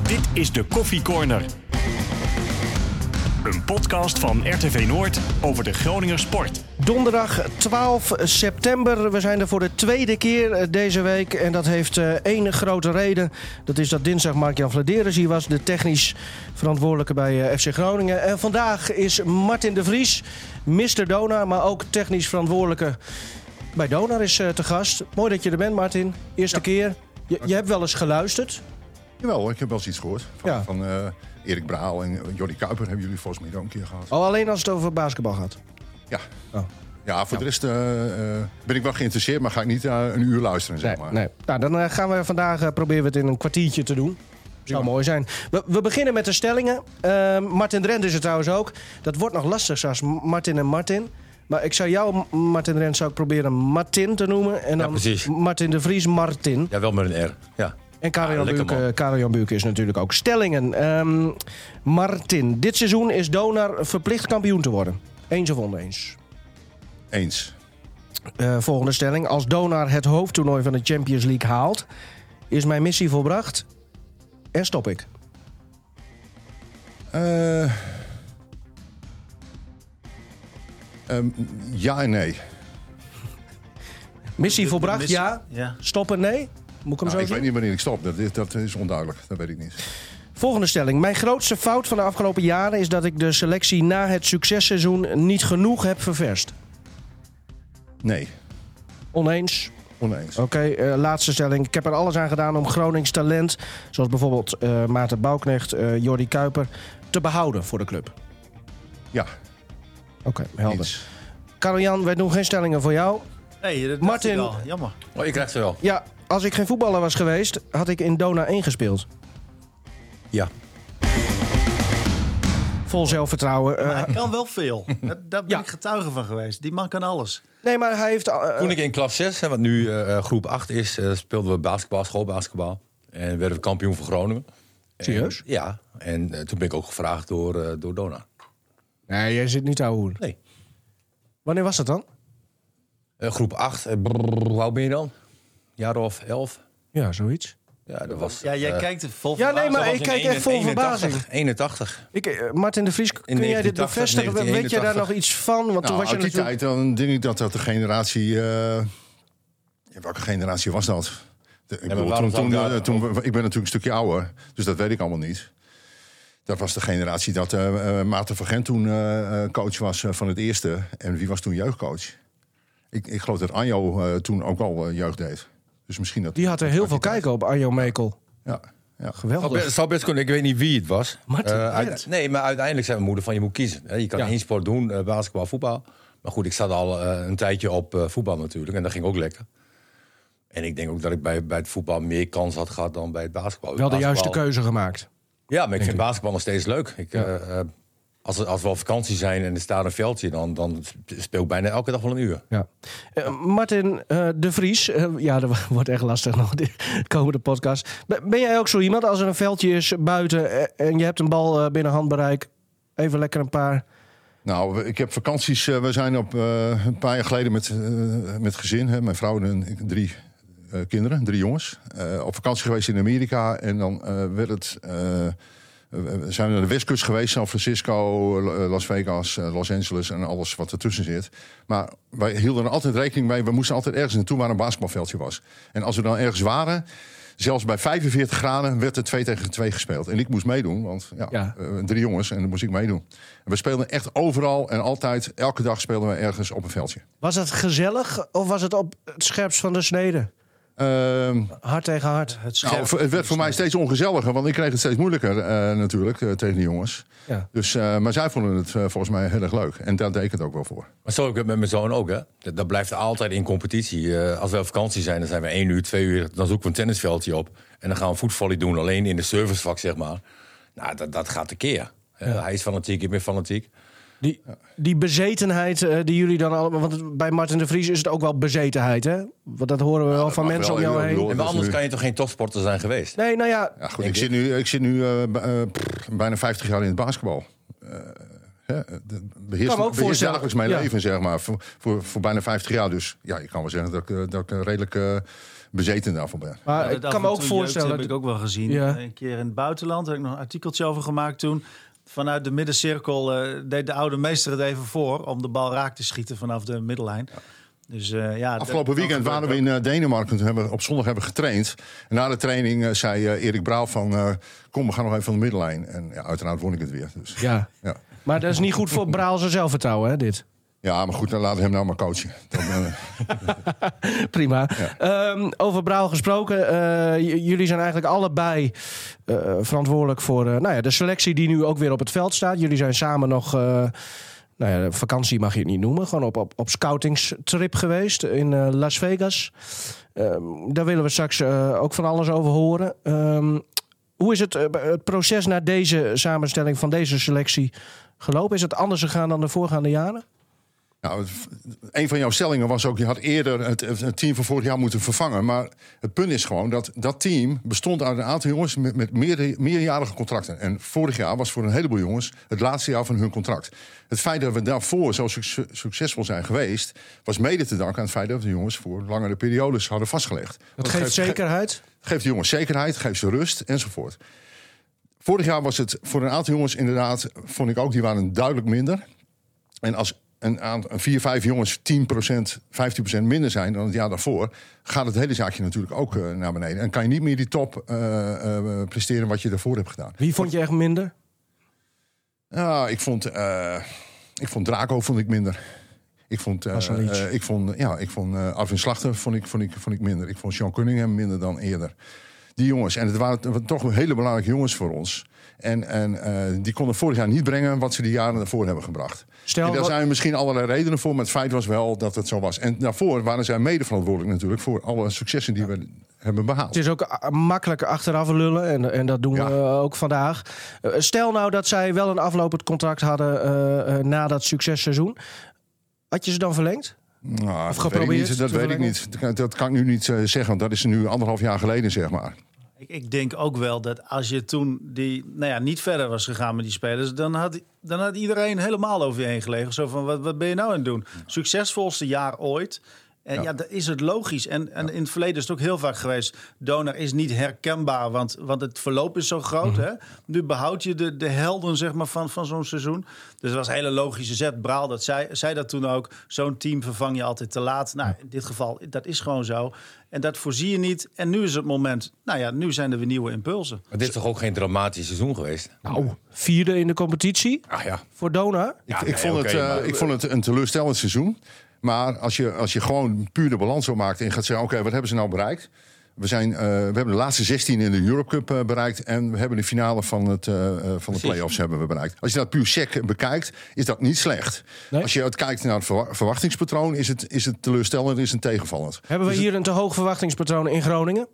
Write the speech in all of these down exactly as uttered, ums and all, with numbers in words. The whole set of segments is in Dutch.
Dit is de Koffie Corner. Een podcast van R T V Noord over de Groninger sport. Donderdag twaalf september. We zijn er voor de tweede keer deze week. En dat heeft uh, één grote reden. Dat is dat dinsdag Mark-Jan Vladeres hier was. De technisch verantwoordelijke bij uh, F C Groningen. En vandaag is Martin de Vries, mister Donar. Maar ook technisch verantwoordelijke bij Donar is uh, te gast. Mooi dat je er bent, Martin. Eerste ja. keer. Je, je hebt wel eens geluisterd. Jawel, ik heb wel eens iets gehoord. Van, ja. van uh, Erik Braal en Jordi Kuiper hebben jullie volgens mij ook een keer gehad. Oh, alleen als het over basketbal gaat? Ja. Oh. Ja, voor ja. de rest uh, uh, ben ik wel geïnteresseerd, maar ga ik niet uh, een uur luisteren, zeg maar. Nee, nee. Nou, dan uh, gaan we vandaag, uh, proberen we het in een kwartiertje te doen. Zou ja. mooi zijn. We, we beginnen met de stellingen. Uh, Martin Drent is er trouwens ook. Dat wordt nog lastig, zoals Martin en Martin. Maar ik zou jou, Martin Drent, zou ik proberen Martin te noemen. En dan ja, Martin de Vries, Martin. Ja, wel met een R. Ja. En Karel-Jan ja, Buurk, Karel-Jan Buurk is natuurlijk ook. Stellingen. Um, Martin, dit seizoen is Donar verplicht kampioen te worden. Eens of oneens? Eens. Uh, volgende stelling. Als Donar het hoofdtoernooi van de Champions League haalt, is mijn missie volbracht en stop ik? Uh, um, ja en nee. Missie de, volbracht, de missie, ja. ja. Stoppen, nee? Moet ik hem nou, zo ik zien? weet niet wanneer ik stop. Dat is, dat is onduidelijk. Dat weet ik niet. Volgende stelling. Mijn grootste fout van de afgelopen jaren is dat ik de selectie na het successeizoen niet genoeg heb ververst. Nee. Oneens? Oneens. Oké, okay, uh, laatste stelling. Ik heb er alles aan gedaan om Gronings talent, zoals bijvoorbeeld uh, Maarten Bouwknecht, uh, Jordi Kuiper, te behouden voor de club. Ja. Oké, okay, helder. Karel-Jan, wij doen geen stellingen voor jou. Nee, dat Martin, wel. Jammer. Oh, je krijgt ze wel. Ja, als ik geen voetballer was geweest, had ik in Donar één gespeeld. Ja. Vol zelfvertrouwen. Uh, hij kan wel veel. Daar ben ja. ik getuige van geweest. Die man kan alles. Nee, maar hij heeft... Uh, Toen ik in klas zes, wat nu uh, groep acht is, uh, speelden we basketbal, schoolbasketbal. En werden we kampioen voor Groningen. Serieus? En, ja. En uh, toen ben ik ook gevraagd door, uh, door Donar. Nee, jij zit niet ouwe hoer. Nee. Wanneer was dat dan? Uh, groep acht. Uh, brrr, hoe oud ben je dan? Jaar of elf? Ja, zoiets. Ja, dat was, ja, jij uh, kijkt er vol ja, nee, maar ik kijk echt vol verbazing. eenentachtig. Ik, uh, Martin de Vries, kun jij dit bevestigen? Weet je daar nog iets van? Want nou, toen was uit je die natuurlijk... tijd dan denk ik dat dat de generatie... Uh, ja, welke generatie was dat? De, ik, ja, bedoel, toen, toen, uh, toen, ik ben natuurlijk een stukje ouder, dus dat weet ik allemaal niet. Dat was de generatie dat uh, uh, Maarten van Gent toen uh, coach was uh, van het eerste. En wie was toen jeugdcoach? Ik, ik geloof dat Anjo uh, toen ook al uh, jeugd deed. Dus misschien dat die had er heel veel kijken op, Arjo Mekel. Ja, ja. Geweldig. Het zou best kunnen, ik weet niet wie het was. Martin, uh, uit, nee, maar uiteindelijk zei mijn moeder van je moet kiezen. Je kan ja. één sport doen, uh, basketbal, voetbal. Maar goed, ik zat al uh, een tijdje op uh, voetbal natuurlijk. En dat ging ook lekker. En ik denk ook dat ik bij, bij het voetbal meer kans had gehad dan bij het basketbal. Wel de basketbal, juiste keuze gemaakt. Ja, maar ik vind ik. basketbal nog steeds leuk. Ik, ja. uh, Als, als we op vakantie zijn en er staat een veldje, dan, dan speel ik bijna elke dag wel een uur. Ja. Uh, Martin uh, de Vries, uh, ja, dat wordt echt lastig nog, de komende podcast. Ben jij ook zo iemand, als er een veldje is buiten en je hebt een bal uh, binnen handbereik, even lekker een paar... Nou, ik heb vakanties, uh, we zijn op uh, een paar jaar geleden met, uh, met gezin, hè, mijn vrouw en drie uh, kinderen, drie jongens, uh, op vakantie geweest in Amerika en dan uh, werd het... Uh, We zijn naar de westkust geweest, San Francisco, Las Vegas, Los Angeles en alles wat ertussen zit. Maar wij hielden er altijd rekening mee, we moesten altijd ergens naartoe waar een basketbalveldje was. En als we dan ergens waren, zelfs bij vijfenveertig graden werd er twee tegen twee gespeeld. En ik moest meedoen, want ja, ja. Uh, drie jongens en dan moest ik meedoen. En we speelden echt overal en altijd, elke dag speelden we ergens op een veldje. Was het gezellig of was het op het scherpst van de snede? Uh, hard tegen hard. Het, nou, het werd voor mij steeds ongezelliger, want ik kreeg het steeds moeilijker uh, natuurlijk uh, tegen de jongens. Ja. Dus, uh, maar zij vonden het uh, volgens mij heel erg leuk. En daar deed ik het ook wel voor. Maar zo heb ik met mijn zoon ook, hè. Dat, dat blijft altijd in competitie. Uh, als we op vakantie zijn, dan zijn we één uur, twee uur. Dan zoeken we een tennisveldje op. En dan gaan we voetvolley doen, alleen in de servicevak, zeg maar. Nou, dat, dat gaat tekeer. Ja. Uh, hij is fanatiek, ik ben fanatiek. Die, die bezetenheid uh, die jullie dan allemaal... Want bij Martin de Vries is het ook wel bezetenheid, hè? Want dat horen we wel ja, van mensen wel, om jou heen. Bedoel, en maar anders nu... kan je toch geen topsporter zijn geweest? Nee, nou ja... ja goed, ik, zit nu, ik zit nu uh, uh, pff, bijna vijftig jaar in het basketbal. Uh, ja, beheerst, beheerst dagelijks mijn ja. leven, zeg maar. Voor, voor, voor bijna vijftig jaar. Dus ja, je kan wel zeggen dat ik, dat ik redelijk uh, bezeten daarvan ben. Maar Ja, ik kan me ook voorstellen... heb ik ook wel gezien. Ja. Een keer in het buitenland heb ik nog een artikeltje over gemaakt toen. Vanuit de middencirkel uh, deed de oude meester het even voor... om de bal raak te schieten vanaf de middellijn. Ja. Dus, uh, ja, Afgelopen weekend waren we in uh, Denemarken. Toen hebben we op zondag hebben we getraind. En na de training uh, zei uh, Erik Brouw van... Uh, kom, we gaan nog even van de middellijn. En ja, uiteraard won ik het weer. Dus, ja. ja. Maar dat is niet goed voor Brouw zijn zelfvertrouwen, hè, dit? Ja, maar goed, dan laten we hem nou maar coachen. Dan, uh... Prima. Ja. Um, over Brouw gesproken. Uh, j- jullie zijn eigenlijk allebei uh, verantwoordelijk voor uh, nou ja, de selectie die nu ook weer op het veld staat. Jullie zijn samen nog... Uh, Nou ja, vakantie mag je het niet noemen. Gewoon op, op, op scoutingstrip geweest in uh, Las Vegas. Um, daar willen we straks uh, ook van alles over horen. Um, hoe is het, uh, het proces naar deze samenstelling van deze selectie gelopen? Is het anders gegaan dan de voorgaande jaren? Nou, een van jouw stellingen was ook... je had eerder het, het team van vorig jaar moeten vervangen. Maar het punt is gewoon dat dat team bestond uit een aantal jongens... met, met meer, meerjarige contracten. En vorig jaar was voor een heleboel jongens het laatste jaar van hun contract. Het feit dat we daarvoor zo suc- succesvol zijn geweest... was mede te danken aan het feit dat de jongens... voor langere periodes hadden vastgelegd. Dat geeft, geeft zekerheid? Ge- geeft de jongens zekerheid, geeft ze rust enzovoort. Vorig jaar was het voor een aantal jongens inderdaad... vond ik ook, die waren duidelijk minder. En als... Een, een vier, vijf jongens tien procent, vijftien procent minder zijn dan het jaar daarvoor... gaat het hele zaakje natuurlijk ook uh, naar beneden. En kan je niet meer die top uh, uh, presteren wat je daarvoor hebt gedaan. Wie vond je echt minder? Ja, ik vond, uh, ik vond Draco vond ik minder. Ik vond, uh, uh, ik vond, ja, ik vond uh, Arvin Slachter vond ik, vond, ik, vond ik minder. Ik vond Sean Cunningham minder dan eerder. Die jongens, en het waren, het waren toch hele belangrijke jongens voor ons... En, en uh, die konden vorig jaar niet brengen wat ze die jaren daarvoor hebben gebracht. Stel, en daar zijn misschien allerlei redenen voor, maar het feit was wel dat het zo was. En daarvoor waren zij mede verantwoordelijk natuurlijk voor alle successen die we hebben behaald. Het is ook makkelijk achteraf lullen en, en dat doen ja. we ook vandaag. Uh, stel nou dat zij wel een aflopend contract hadden uh, uh, na dat successeizoen. Had je ze dan verlengd? Nou, of geprobeerd? Weet niet, dat weet ik niet. Dat, dat kan ik nu niet uh, zeggen, want dat is nu anderhalf jaar geleden, zeg maar. Ik, ik denk ook wel dat als je toen die, nou ja, niet verder was gegaan met die spelers... dan had, dan had iedereen helemaal over je heen gelegen. Zo van, wat, wat ben je nou aan het doen? Succesvolste jaar ooit. En ja, ja dat is het logisch. En, en ja. in het verleden is het ook heel vaak geweest... Donar is niet herkenbaar, want, want het verloop is zo groot. Mm-hmm. Hè? Nu behoud je de, de helden zeg maar, van, van zo'n seizoen. Dus dat was een hele logische zet. Braal, dat zei, zei dat toen ook. Zo'n team vervang je altijd te laat. Nou, in dit geval, dat is gewoon zo. En dat voorzie je niet. En nu is het moment... Nou ja, nu zijn er weer nieuwe impulsen. Maar dit is toch ook geen dramatisch seizoen geweest? Nou, vierde in de competitie. Ach ja. Voor Donar. Ja, ik, ik, vond okay, het, uh, maar... ik vond het een teleurstellend seizoen. Maar als je, als je gewoon puur de balans zo maakt en gaat zeggen... oké, okay, wat hebben ze nou bereikt? We, zijn, uh, we hebben de laatste zestien in de Europe Cup uh, bereikt... en we hebben de finale van, het, uh, van de play-offs hebben we bereikt. Als je dat puur sec bekijkt, is dat niet slecht. Nee? Als je het kijkt naar het verwachtingspatroon... is het, is het teleurstellend, is het tegenvallend. Hebben we dus hier het... een te hoog verwachtingspatroon in Groningen?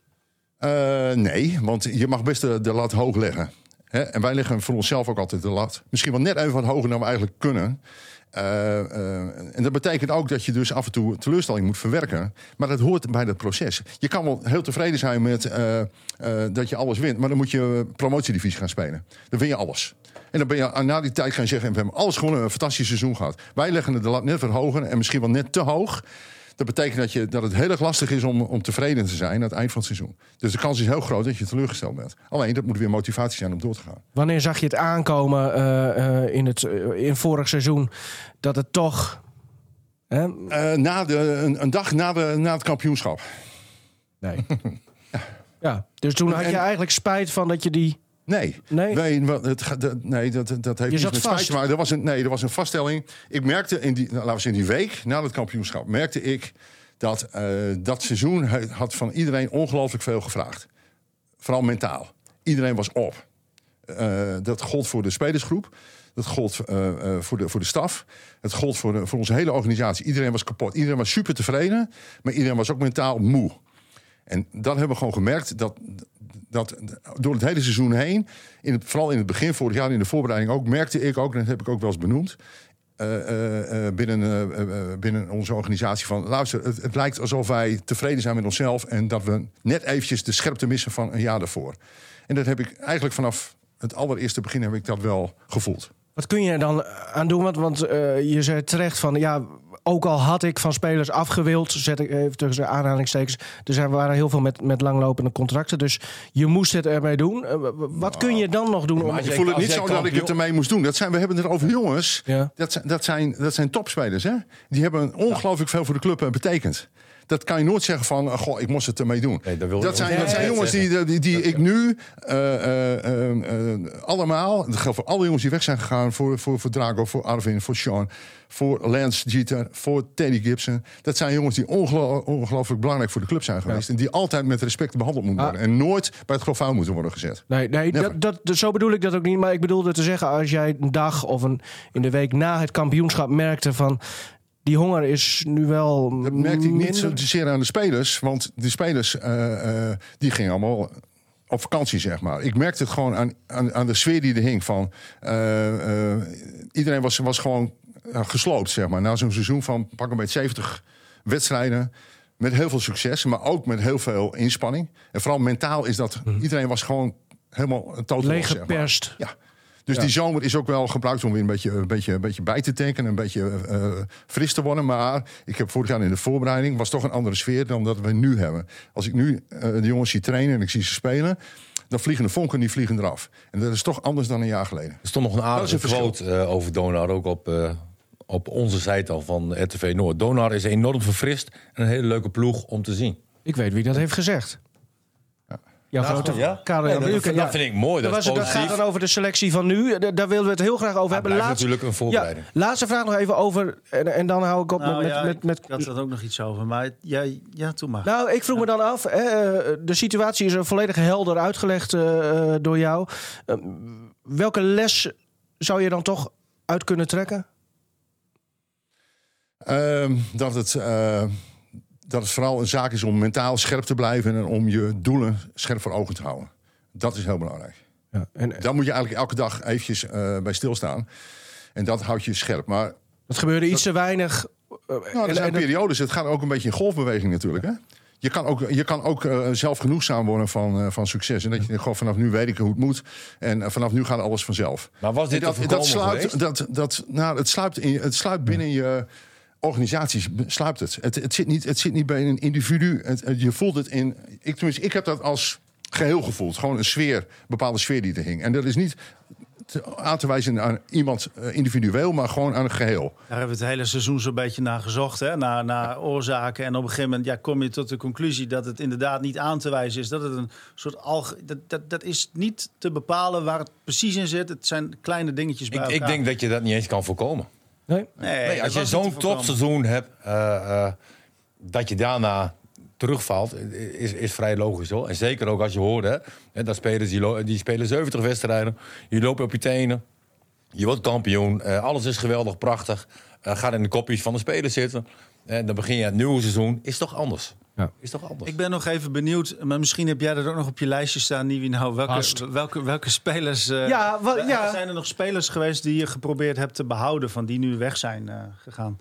Uh, nee, want je mag best de, de lat hoog leggen. Hè? En wij leggen voor onszelf ook altijd de lat. Misschien wel net even wat hoger dan we eigenlijk kunnen... Uh, uh, en dat betekent ook dat je dus af en toe teleurstelling moet verwerken. Maar dat hoort bij dat proces. Je kan wel heel tevreden zijn met uh, uh, dat je alles wint. Maar dan moet je promotiedivisie gaan spelen. Dan win je alles. En dan ben je na die tijd gaan zeggen... we hebben alles gewonnen, een fantastisch seizoen gehad. Wij leggen de lat net wat hoger en misschien wel net te hoog. Dat betekent dat, je, dat het heel erg lastig is om, om tevreden te zijn aan het eind van het seizoen. Dus de kans is heel groot dat je teleurgesteld bent. Alleen, dat moet weer motivatie zijn om door te gaan. Wanneer zag je het aankomen uh, uh, in het uh, in vorig seizoen dat het toch... Uh, na de, een, een dag na, de, na het kampioenschap. Nee. ja. ja, dus toen had je eigenlijk spijt van dat je die... Nee, nee? nee, het, dat, nee dat, dat heeft niet met spijt te maken. Er was een, nee, er was een vaststelling. Ik merkte in die, laten we zeggen, in die week na het kampioenschap... merkte ik dat uh, dat seizoen had van iedereen ongelooflijk veel gevraagd. Vooral mentaal. Iedereen was op. Uh, dat gold voor de spelersgroep. Dat gold uh, uh, voor, de, voor de staf. Het gold voor, de, voor onze hele organisatie. Iedereen was kapot. Iedereen was super tevreden. Maar iedereen was ook mentaal moe. En dat hebben we gewoon gemerkt... dat dat door het hele seizoen heen, in het, vooral in het begin vorig jaar in de voorbereiding ook, merkte ik ook, en dat heb ik ook wel eens benoemd, uh, uh, uh, binnen, uh, uh, binnen onze organisatie van, luister, het, het lijkt alsof wij tevreden zijn met onszelf en dat we net eventjes de scherpte missen van een jaar daarvoor. En dat heb ik eigenlijk vanaf het allereerste begin heb ik dat wel gevoeld. Wat kun je er dan aan doen? Want, want uh, je zei terecht van... ja, ook al had ik van spelers afgewild... zet ik even tussen aanhalingstekens... er zijn, waren heel veel met, met langlopende contracten... dus je moest het ermee doen. Uh, wat kun je dan nog doen? Om... Ik voel het niet zo dat ik het ermee moest doen. Dat zijn, we hebben het over jongens. Ja. Dat, zijn, dat, zijn, dat zijn topspelers. Hè? Die hebben ongelooflijk veel voor de club betekend. Dat kan je nooit zeggen van, uh, goh, ik moest het ermee doen. Nee, dat, wil dat, zijn, dat zijn jongens die, die, die ik nu uh, uh, uh, uh, allemaal... dat geldt voor alle jongens die weg zijn gegaan... voor, voor, voor Drago, voor Arvin, voor Sean... voor Lance Jeter, voor Teddy Gibson. Dat zijn jongens die ongelo- ongelooflijk belangrijk voor de club zijn geweest... Ja. en die altijd met respect behandeld moeten worden... Ah. en nooit bij het grof vuil moeten worden gezet. Nee, nee dat, dat, zo bedoel ik dat ook niet. Maar ik bedoelde te zeggen, als jij een dag of een, in de week na het kampioenschap merkte van... die honger is nu wel. Dat merkte ik niet zozeer aan de spelers. Want de spelers uh, uh, die gingen allemaal op vakantie, zeg maar. Ik merkte het gewoon aan, aan, aan de sfeer die er hing. Van, uh, uh, iedereen was, was gewoon uh, gesloopt, zeg maar. Na zo'n seizoen van pak een beetje zeventig wedstrijden. Met heel veel succes, maar ook met heel veel inspanning. En vooral mentaal is dat... Mm. Iedereen was gewoon helemaal totaal leeggeperst. Zeg maar. Ja. Dus ja. Die zomer is ook wel gebruikt om weer een beetje, een beetje, een beetje bij te tanken. Een beetje uh, fris te worden. Maar ik heb vorig jaar in de voorbereiding... was toch een andere sfeer dan dat we nu hebben. Als ik nu uh, de jongens zie trainen en ik zie ze spelen... dan vliegen de vonken, die vliegen eraf. En dat is toch anders dan een jaar geleden. Er stond nog een aardige quote uh, over Donar, ook op, uh, op onze site al van R T V Noord. Donar is enorm verfrist en een hele leuke ploeg om te zien. Ik weet wie dat heeft gezegd. Jouw nou, grote ja? Karel nee, dat, dat, dat ja. vind ik mooi. Dat, dat, was, dat gaat dan over de selectie van nu. Daar willen we het heel graag over ja, hebben. Laatst, natuurlijk een voorbereiding. Ja, laatste vraag nog even over. En, en dan hou ik op nou, met, ja, met, met. Ik had er ook nog iets over. Maar ja, ja doe maar. Nou, ik vroeg ja. me dan af. Hè, de situatie is er volledig helder uitgelegd uh, door jou. Uh, welke les zou je dan toch uit kunnen trekken? Uh, dat het. Uh... dat het vooral een zaak is om mentaal scherp te blijven... en om je doelen scherp voor ogen te houden. Dat is heel belangrijk. Ja, en daar moet je eigenlijk elke dag eventjes uh, bij stilstaan. En dat houdt je scherp. Maar dat gebeurde iets te weinig. Uh, nou, er zijn periodes. Het gaat ook een beetje in golfbeweging natuurlijk. Hè? Je kan ook, je kan ook uh, zelf genoegzaam worden van, uh, van succes. En dat je denkt, goh, vanaf nu weet ik hoe het moet. En uh, vanaf nu gaat alles vanzelf. Maar was dit dat, dat, dat sluipt, dat, dat, nou, het sluipt, in, het sluipt binnen je... organisaties sluipt het. Het, het, zit niet, het zit niet bij een individu. Het, het, je voelt het in... Ik, tenminste, ik heb dat als geheel gevoeld. Gewoon een sfeer, een bepaalde sfeer die er hing. En dat is niet te, aan te wijzen aan iemand uh, individueel... maar gewoon aan het geheel. Daar hebben we het hele seizoen zo'n beetje naar gezocht. Hè? Naar, naar oorzaken. En op een gegeven moment ja, kom je tot de conclusie... dat het inderdaad niet aan te wijzen is. Dat het een soort alge... dat, dat, dat is niet te bepalen waar het precies in zit. Het zijn kleine dingetjes bij ik, elkaar. Ik denk dat je dat niet eens kan voorkomen. Nee? Nee, nee, als je zo'n topseizoen hebt, uh, uh, dat je daarna terugvalt, is, is vrij logisch hoor. En zeker ook als je hoort, hè, hè, dat spelers die, lo- die spelen zeventig wedstrijden, je loopt op je tenen, je wordt kampioen, uh, alles is geweldig, prachtig, uh, gaat in de kopjes van de spelers zitten. En dan begin je het nieuwe seizoen, is toch anders. Ja. Is toch anders. Ik ben nog even benieuwd, maar misschien heb jij dat ook nog op je lijstje staan, Niewie. Nou, welke, welke, welke spelers... Uh, ja, wel, ja. Zijn er nog spelers geweest die je geprobeerd hebt te behouden, van die nu weg zijn uh, gegaan?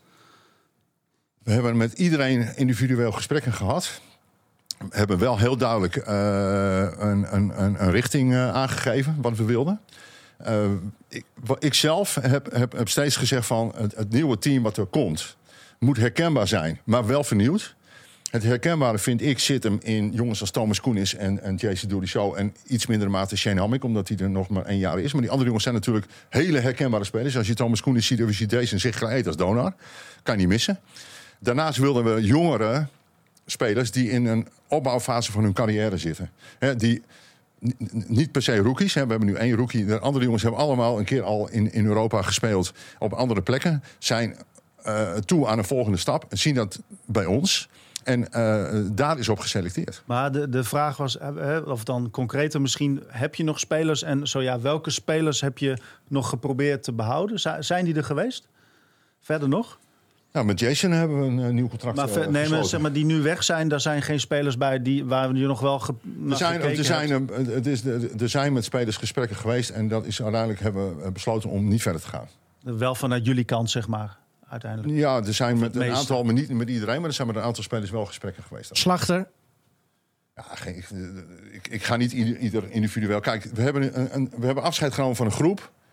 We hebben met iedereen individueel gesprekken gehad. We hebben wel heel duidelijk uh, een, een, een richting uh, aangegeven, wat we wilden. Uh, ik, ik zelf heb, heb, heb steeds gezegd van het, het nieuwe team wat er komt... moet herkenbaar zijn, maar wel vernieuwd. Het herkenbare, vind ik, zit hem in jongens als Thomas Koenis en, en Jason Dourichot... en iets mindere mate Shane Hammick, omdat hij er nog maar één jaar is. Maar die andere jongens zijn natuurlijk hele herkenbare spelers. Als je Thomas Koenis ziet, of je ziet Jason, zich gelijk als Donar. Kan je niet missen. Daarnaast wilden we jongere spelers die in een opbouwfase van hun carrière zitten. He, die n- niet per se rookies. He, we hebben nu één rookie. De andere jongens hebben allemaal een keer al in, in Europa gespeeld op andere plekken. Zijn uh, toe aan een volgende stap. Zien dat bij ons. En uh, daar is op geselecteerd. Maar de, de vraag was, of dan concreter misschien... heb je nog spelers en zo ja, welke spelers heb je nog geprobeerd te behouden? Z- zijn die er geweest? Verder nog? Nou, met Jason hebben we een uh, nieuw contract maar, uh, nee, maar, zeg maar die nu weg zijn, daar zijn geen spelers bij die, waar we nu nog wel ge- er zijn, er zijn, uh, het is, er zijn met spelers gesprekken geweest... en dat is uiteindelijk hebben we besloten om niet verder te gaan. Wel vanuit jullie kant, zeg maar. Uiteindelijk. Ja, er zijn met een meeste. aantal, maar niet met iedereen... maar er zijn met een aantal spelers wel gesprekken geweest. Slachter? Ja, geen, ik, ik ga niet ieder, ieder individueel... Kijk, we hebben, een, een, we hebben afscheid genomen van een groep...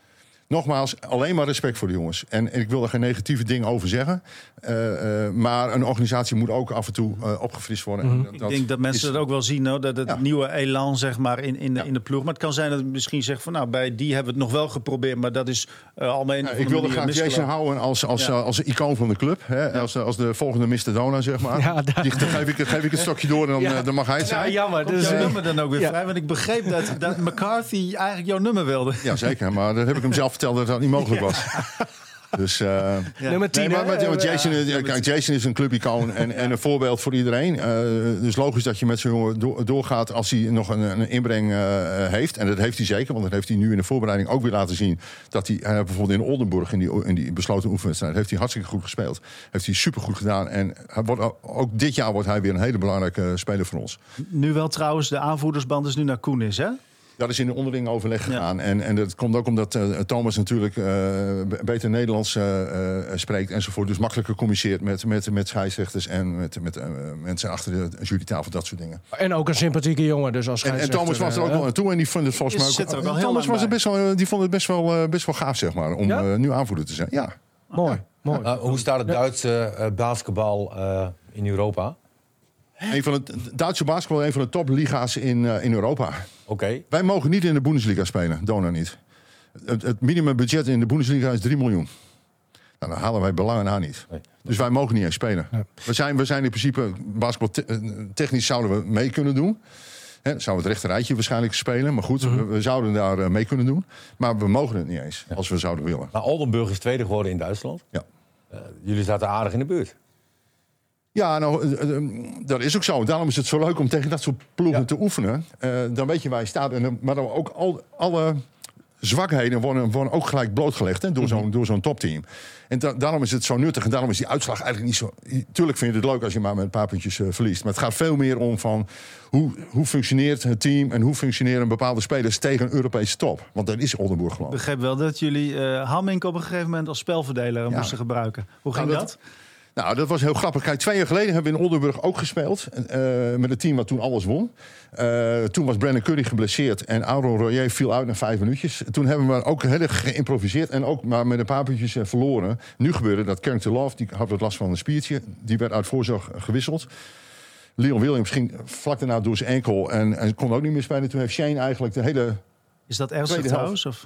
Nogmaals, alleen maar respect voor de jongens. En, en ik wil er geen negatieve dingen over zeggen. Uh, uh, maar een organisatie moet ook af en toe uh, opgefrist worden. Mm-hmm. En dat, dat ik denk dat mensen is, dat ook wel zien. Hoor, dat het ja. nieuwe elan zeg maar, in, in, ja. in de ploeg. Maar het kan zijn dat het misschien zegt van... nou, bij die hebben we het nog wel geprobeerd. Maar dat is uh, al mee. Ja, ik wilde graag Jason houden als, als, ja. uh, als icoon van de club. Hè? Ja. Als, als de volgende mister Dona, zeg maar. Ja, daar... die, dan geef ik, geef ik het stokje door en dan, ja. uh, dan mag hij het zijn. Ja, jammer. Dus jouw uh, nummer dan ook weer ja. vrij. Want ik begreep dat, dat McCarthy eigenlijk jouw nummer wilde. Ja, zeker. Maar dat heb ik hem zelf verteld dat dat niet mogelijk was. Dus, uh, ja. Nummer tien, nee, maar, maar, maar Jason, uh, kijk, Jason is een clubicoon en, en een voorbeeld voor iedereen. Uh, dus logisch dat je met zo'n jongen do- doorgaat als hij nog een, een inbreng uh, heeft. En dat heeft hij zeker, want dat heeft hij nu in de voorbereiding ook weer laten zien. Dat hij uh, bijvoorbeeld in Oldenburg, in die, in die besloten oefenwedstrijd, heeft hij hartstikke goed gespeeld. Heeft hij supergoed gedaan. En hij wordt, ook dit jaar wordt hij weer een hele belangrijke speler voor ons. Nu wel trouwens, de aanvoerdersband is nu naar Koen, hè? Dat is in de onderling overleg gegaan. Ja. En, en dat komt ook omdat uh, Thomas natuurlijk uh, beter Nederlands uh, uh, spreekt enzovoort. Dus makkelijker communiceert met, met, met scheidsrechters en met, met uh, mensen achter de jurytafel, dat soort dingen. En ook een sympathieke jongen. Dus als en, en Thomas was er ook uh, wel aan toe en die vond het volgens mij ook... ook al Thomas was er best wel, die vond het best wel, uh, best wel gaaf, zeg maar, om ja? uh, nu aanvoerder te zijn. Ja. Mooi, ja. mooi. Uh, hoe staat het Duitse uh, basketbal uh, in Europa? Een van het Duitse basketbal, een van de topliga's in, uh, in Europa. Oké. Okay. Wij mogen niet in de Bundesliga spelen, Dona niet. Het, het minimumbudget in de Bundesliga is drie miljoen. Nou, dan halen wij belangen na niet. Nee. Dus wij mogen niet eens spelen. Ja. We, zijn, we zijn in principe, basketbal te, technisch zouden we mee kunnen doen. He, zouden we het rechterrijtje waarschijnlijk spelen. Maar goed, mm-hmm. we, we zouden daar uh, mee kunnen doen. Maar we mogen het niet eens, ja. als we zouden willen. Maar Oldenburg is tweede geworden in Duitsland. Ja. Uh, jullie zaten aardig in de buurt. Ja, nou, uh, uh, dat is ook zo. Daarom is het zo leuk om tegen dat soort ploegen ja. te oefenen. Uh, dan weet je waar je staat. En, maar dan ook al, alle zwakheden worden, worden ook gelijk blootgelegd hè, door, mm-hmm. zo'n, door zo'n topteam. En da- daarom is het zo nuttig. En daarom is die uitslag eigenlijk niet zo... Tuurlijk vind je het leuk als je maar met een paar puntjes uh, verliest. Maar het gaat veel meer om van hoe, hoe functioneert het team... en hoe functioneren bepaalde spelers tegen een Europese top. Want dat is Oldenburg gewoon. Ik begreep wel dat jullie uh, Hamming op een gegeven moment als spelverdeler ja. moesten gebruiken. Hoe ging nou, dat? dat? Nou, dat was heel grappig. Kijk, twee jaar geleden hebben we in Oldenburg ook gespeeld. Uh, met een team wat toen alles won. Uh, toen was Brandon Curry geblesseerd. En Aaron Royer viel uit na vijf minuutjes. Toen hebben we ook heel erg geïmproviseerd. En ook maar met een paar puntjes uh, verloren. Nu gebeurde dat Carrington Love, die had wat last van een spiertje. Die werd uit voorzorg gewisseld. Leon Williams ging vlak daarna door zijn enkel. En, en kon ook niet meer spelen. Toen heeft Shane eigenlijk de hele... Is dat ernstig trouwens? Of?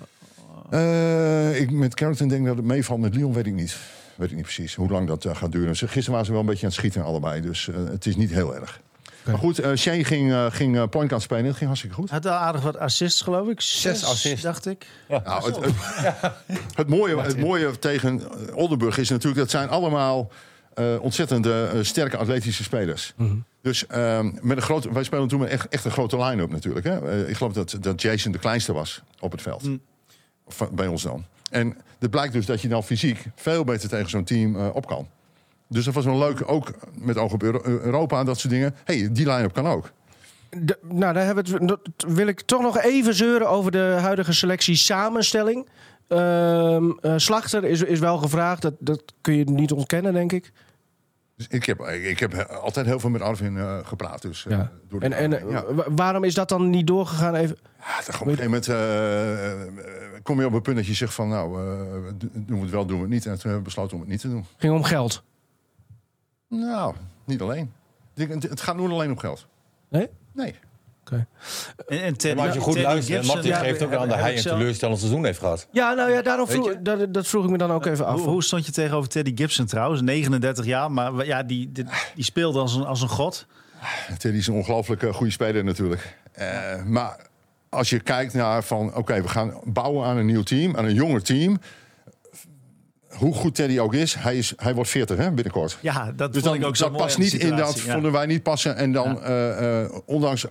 Uh, ik met Carrington denk dat het meevalt. Met Leon weet ik niet. Weet ik niet precies hoe lang dat uh, gaat duren. Gisteren waren ze wel een beetje aan het schieten allebei. Dus uh, het is niet heel erg. Okay. Maar goed, uh, Shane ging, uh, ging uh, point guard spelen. Dat ging hartstikke goed. Had al aardig wat assists, geloof ik. Zes, Zes assists, dacht ik. Ja. Nou, het, het, ja. het, mooie, het mooie tegen Oldenburg is natuurlijk... dat zijn allemaal uh, ontzettend uh, sterke atletische spelers. Mm-hmm. Dus uh, met een grote, wij spelen toen met echt, echt een grote line-up natuurlijk. Hè? Uh, ik geloof dat, dat Jason de kleinste was op het veld. Mm. Of, bij ons dan. En het blijkt dus dat je dan fysiek veel beter tegen zo'n team uh, op kan. Dus dat was wel leuk, ook met oog op Euro- Europa en dat soort dingen. Hé, hey, die line-up kan ook. De, nou, daar hebben we het, dat wil ik toch nog even zeuren over de huidige selectie samenstelling. Uh, uh, Slachter is, is wel gevraagd, dat, dat kun je niet ontkennen, denk ik. Dus ik, heb, ik heb altijd heel veel met Arvin uh, gepraat. Dus, uh, ja. door en en uh, ja. waarom is dat dan niet doorgegaan? Even... Ja, op een gegeven moment uh, kom je op een punt dat je zegt van... nou, uh, doen we het wel, doen we het niet. En toen hebben we besloten om het niet te doen. Ging om geld? Nou, niet alleen. Het gaat niet alleen om geld. Nee? Nee. Okay. En, en Teddy, maar als je goed luistert, Martin ja, geeft ook aan dat hij een teleurstellend seizoen heeft gehad. Ja, nou ja, daarom vroeg, dat, dat vroeg ik me dan ook even af. Hoe, hoe stond je tegenover Teddy Gibson trouwens? negenendertig jaar, maar ja, die, die, die speelde als een, als een god. Teddy is een ongelooflijk goede speler natuurlijk. Uh, maar als je kijkt naar van, oké, okay, we gaan bouwen aan een nieuw team, aan een jonger team... Hoe goed Teddy ook is, hij, is, hij wordt veertig hè, binnenkort. Ja, dat dus vond dan, ik ook zo dat mooi past niet in dat, ja. vonden wij niet passen. En dan, ja. uh, uh, ondanks uh,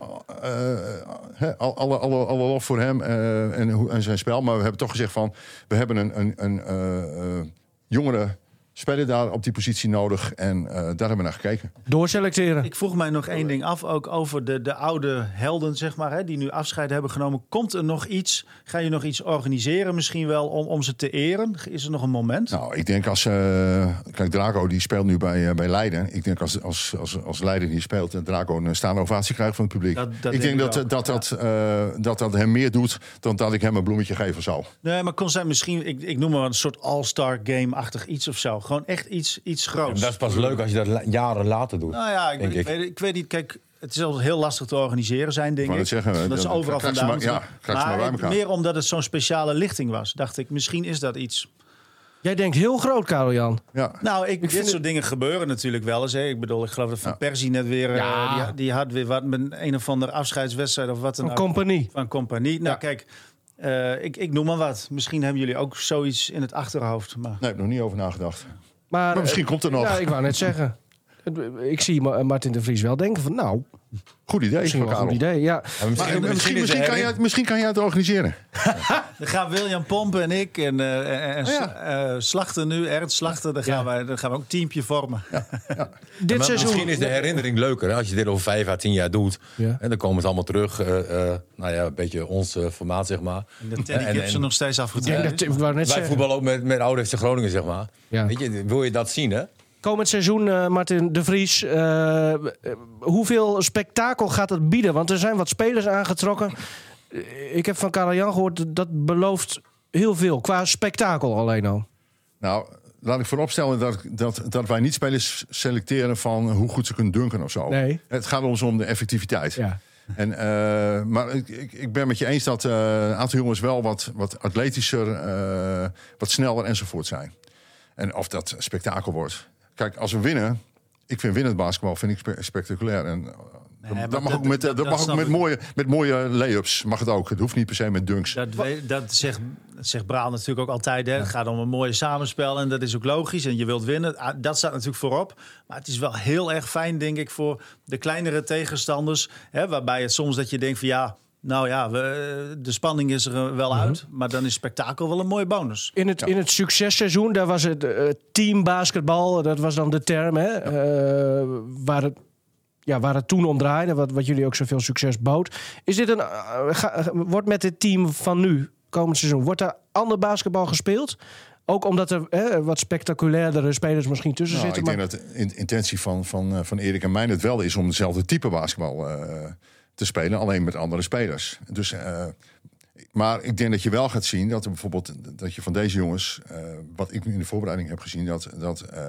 uh, alle, alle, alle, alle lof voor hem uh, en, en zijn spel... maar we hebben toch gezegd van, we hebben een, een, een uh, uh, jongere spelen daar op die positie nodig. En uh, daar hebben we naar gekeken. Doorselecteren. Ik vroeg mij nog één ding af, ook over de, de oude helden, zeg maar, hè, die nu afscheid hebben genomen. Komt er nog iets? Ga je nog iets organiseren misschien wel om, om ze te eren? Is er nog een moment? Nou, ik denk als... Uh, kijk, Drago die speelt nu bij, uh, bij Leiden. Ik denk als, als, als, als Leiden hier speelt, dat Drago een staande ovatie krijgt van het publiek. Dat, dat ik denk, denk dat, dat, dat, uh, dat dat hem meer doet dan dat ik hem een bloemetje geven zou. Nee, maar kon zijn misschien, ik, ik noem maar een soort all-star game-achtig iets of zo. Gewoon echt iets, iets groots. Ja, dat is pas leuk als je dat la- jaren later doet. Nou ja, ik, ik, ik. Weet, ik weet niet, kijk... Het is altijd heel lastig te organiseren, zijn dingen. Dat zeggen, dat is overal vandaan. Maar, ja, maar, maar, bij elkaar. Meer omdat het zo'n speciale lichting was. Dacht ik, misschien is dat iets. Jij denkt heel groot, Karel-Jan. Ja. Nou, ik, ik dit soort het... dingen gebeuren natuurlijk wel eens. Hè. Ik bedoel, ik geloof dat Van ja. Persie net weer... Ja. Uh, die, die had weer wat met een of andere afscheidswedstrijd of wat dan ook. Van Compagnie. Van Compagnie. Nou, ja. kijk, uh, ik, ik noem maar wat. Misschien hebben jullie ook zoiets in het achterhoofd. Maar... Nee, ik heb nog niet over nagedacht. Maar, maar misschien uh, komt er nog. Ja, ik wou net zeggen. Ik zie Martin de Vries wel denken van nou... Goed idee, misschien wel een goed idee, ja. ja misschien, maar, misschien, misschien, kan jij, misschien kan jij het organiseren. Dan gaan William Pompen en ik en, uh, en oh ja. uh, Slachter nu, Ernst Slachter, dan gaan, ja. wij, dan gaan we ook een teampje vormen. Ja. Ja. Dit ja, seizoen... Misschien is de herinnering leuker hè, als je dit over vijf à tien jaar doet. Ja. En dan komen het allemaal terug. Uh, uh, nou ja, een beetje ons uh, formaat, zeg maar. En de Teddy Gibson nog steeds afgetraind. Ja, wij zeggen. voetballen ook met, met oude F C Groningen, zeg maar. Ja. Weet je, wil je dat zien, hè? Komend seizoen, uh, Martin de Vries, uh, hoeveel spektakel gaat het bieden? Want er zijn wat spelers aangetrokken. Ik heb van Karel-Jan gehoord, dat belooft heel veel. Qua spektakel alleen al. Nou, laat ik vooropstellen dat, dat, dat wij niet spelers selecteren van hoe goed ze kunnen dunken of zo. Nee. Het gaat ons om de effectiviteit. Ja. En, uh, maar ik, ik ben met je eens dat uh, een aantal jongens wel wat, wat atletischer, uh, wat sneller enzovoort zijn. En of dat spektakel wordt... Kijk, als we winnen, ik vind winnend basketbal vind ik spe- spectaculair. En nee, dat, dat mag dat, ook met, dat, dat mag ook met, mooie, met mooie lay-ups. Mag het ook. Het hoeft niet per se met dunks. Dat, weet, dat zegt, zegt Braal natuurlijk ook altijd. Hè. Het gaat om een mooie samenspel en dat is ook logisch. En je wilt winnen. Dat staat natuurlijk voorop. Maar het is wel heel erg fijn, denk ik, voor de kleinere tegenstanders. Hè, waarbij het soms dat je denkt van ja... Nou ja, we, de spanning is er wel uit. Maar dan is spektakel wel een mooie bonus. In het, ja. in het successeizoen, daar was het uh, teambasketbal. Dat was dan de term, hè? Ja. Uh, waar, het, ja, waar het toen om draaide. Wat, wat jullie ook zoveel succes bood. Is dit een, uh, ga, wordt met het team van nu, komend seizoen... wordt daar ander basketbal gespeeld? Ook omdat er eh, wat spectaculairdere spelers misschien tussen nou, zitten. Ik maar... denk dat de intentie van, van, van Erik en mij het wel is... om hetzelfde type basketbal... Uh, te spelen, alleen met andere spelers. Dus, uh, maar ik denk dat je wel gaat zien dat er bijvoorbeeld dat je van deze jongens, uh, wat ik in de voorbereiding heb gezien, dat, dat uh,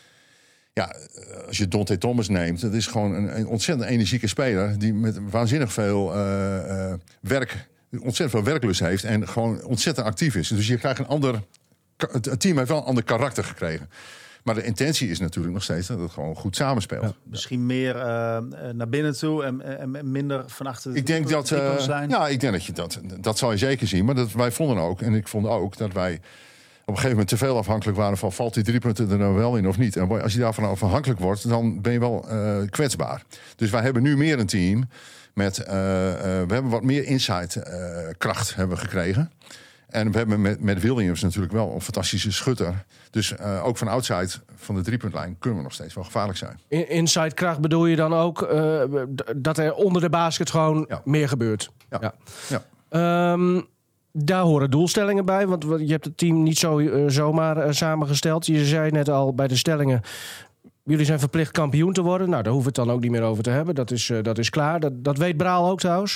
ja, als je Dante Thomas neemt, dat is gewoon een, een ontzettend energieke speler die met waanzinnig veel uh, uh, werk, ontzettend veel werklust heeft en gewoon ontzettend actief is. Dus je krijgt een ander, het team heeft wel een ander karakter gekregen. Maar de intentie is natuurlijk nog steeds dat het gewoon goed samenspeelt. Ja, misschien meer uh, naar binnen toe en, en minder van achter de ik denk dat, uh, zijn. Ja, ik denk dat je dat, dat zal je zeker zien. Maar dat, wij vonden ook, en ik vond ook, dat wij op een gegeven moment te veel afhankelijk waren van valt die drie punten er nou wel in of niet. En als je daarvan afhankelijk wordt, dan ben je wel uh, kwetsbaar. Dus wij hebben nu meer een team met, uh, uh, we hebben wat meer inside uh, kracht hebben we gekregen. En we hebben met, met Williams natuurlijk wel een fantastische schutter. Dus uh, ook van outside van de driepuntlijn kunnen we nog steeds wel gevaarlijk zijn. In, inside kracht bedoel je dan ook uh, dat er onder de basket gewoon ja. meer gebeurt? Ja. ja. ja. Um, daar horen doelstellingen bij, want je hebt het team niet zo, uh, zomaar uh, samengesteld. Je zei net al bij de stellingen, jullie zijn verplicht kampioen te worden. Nou, daar hoeven we het dan ook niet meer over te hebben. Dat is, uh, dat is klaar. Dat, dat weet Braal ook trouwens.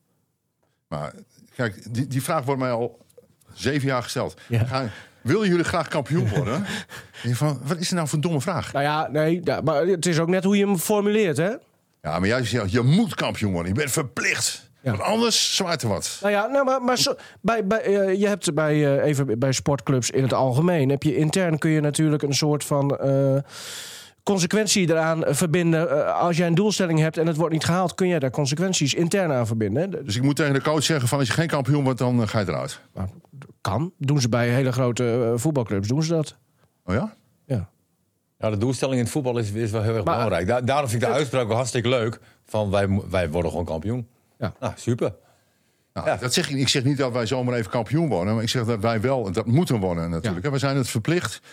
Maar kijk, die, die vraag wordt mij al... Zeven jaar gesteld. Ja. Gaan, willen jullie graag kampioen worden? van, wat is er nou voor een domme vraag? Nou ja, nee, ja, maar het is ook net hoe je hem formuleert, hè? Ja, maar jij zegt, je moet kampioen worden. Je bent verplicht. Ja. Want anders zwaait er wat. Nou ja, nou, maar, maar zo, bij, bij, uh, je hebt bij, uh, even bij sportclubs in het algemeen... heb je intern kun je natuurlijk een soort van... Uh, consequentie eraan verbinden. Uh, als jij een doelstelling hebt en het wordt niet gehaald, kun je daar consequenties intern aan verbinden. Hè? Dus ik moet tegen de coach zeggen van als je geen kampioen wordt, dan uh, ga je eruit. Nou, kan. Doen ze bij hele grote uh, voetbalclubs, doen ze dat. Oh ja? Ja. Ja, de doelstelling in het voetbal is, is wel heel erg maar, belangrijk. Da- daarom vind ik de het... uitspraak wel hartstikke leuk. Van wij, wij worden gewoon kampioen. Ja. Nou, super. Nou, ja. dat zeg ik, ik zeg niet dat wij zomaar even kampioen worden. Maar ik zeg dat wij wel, dat moeten worden natuurlijk. Ja. We zijn het verplicht.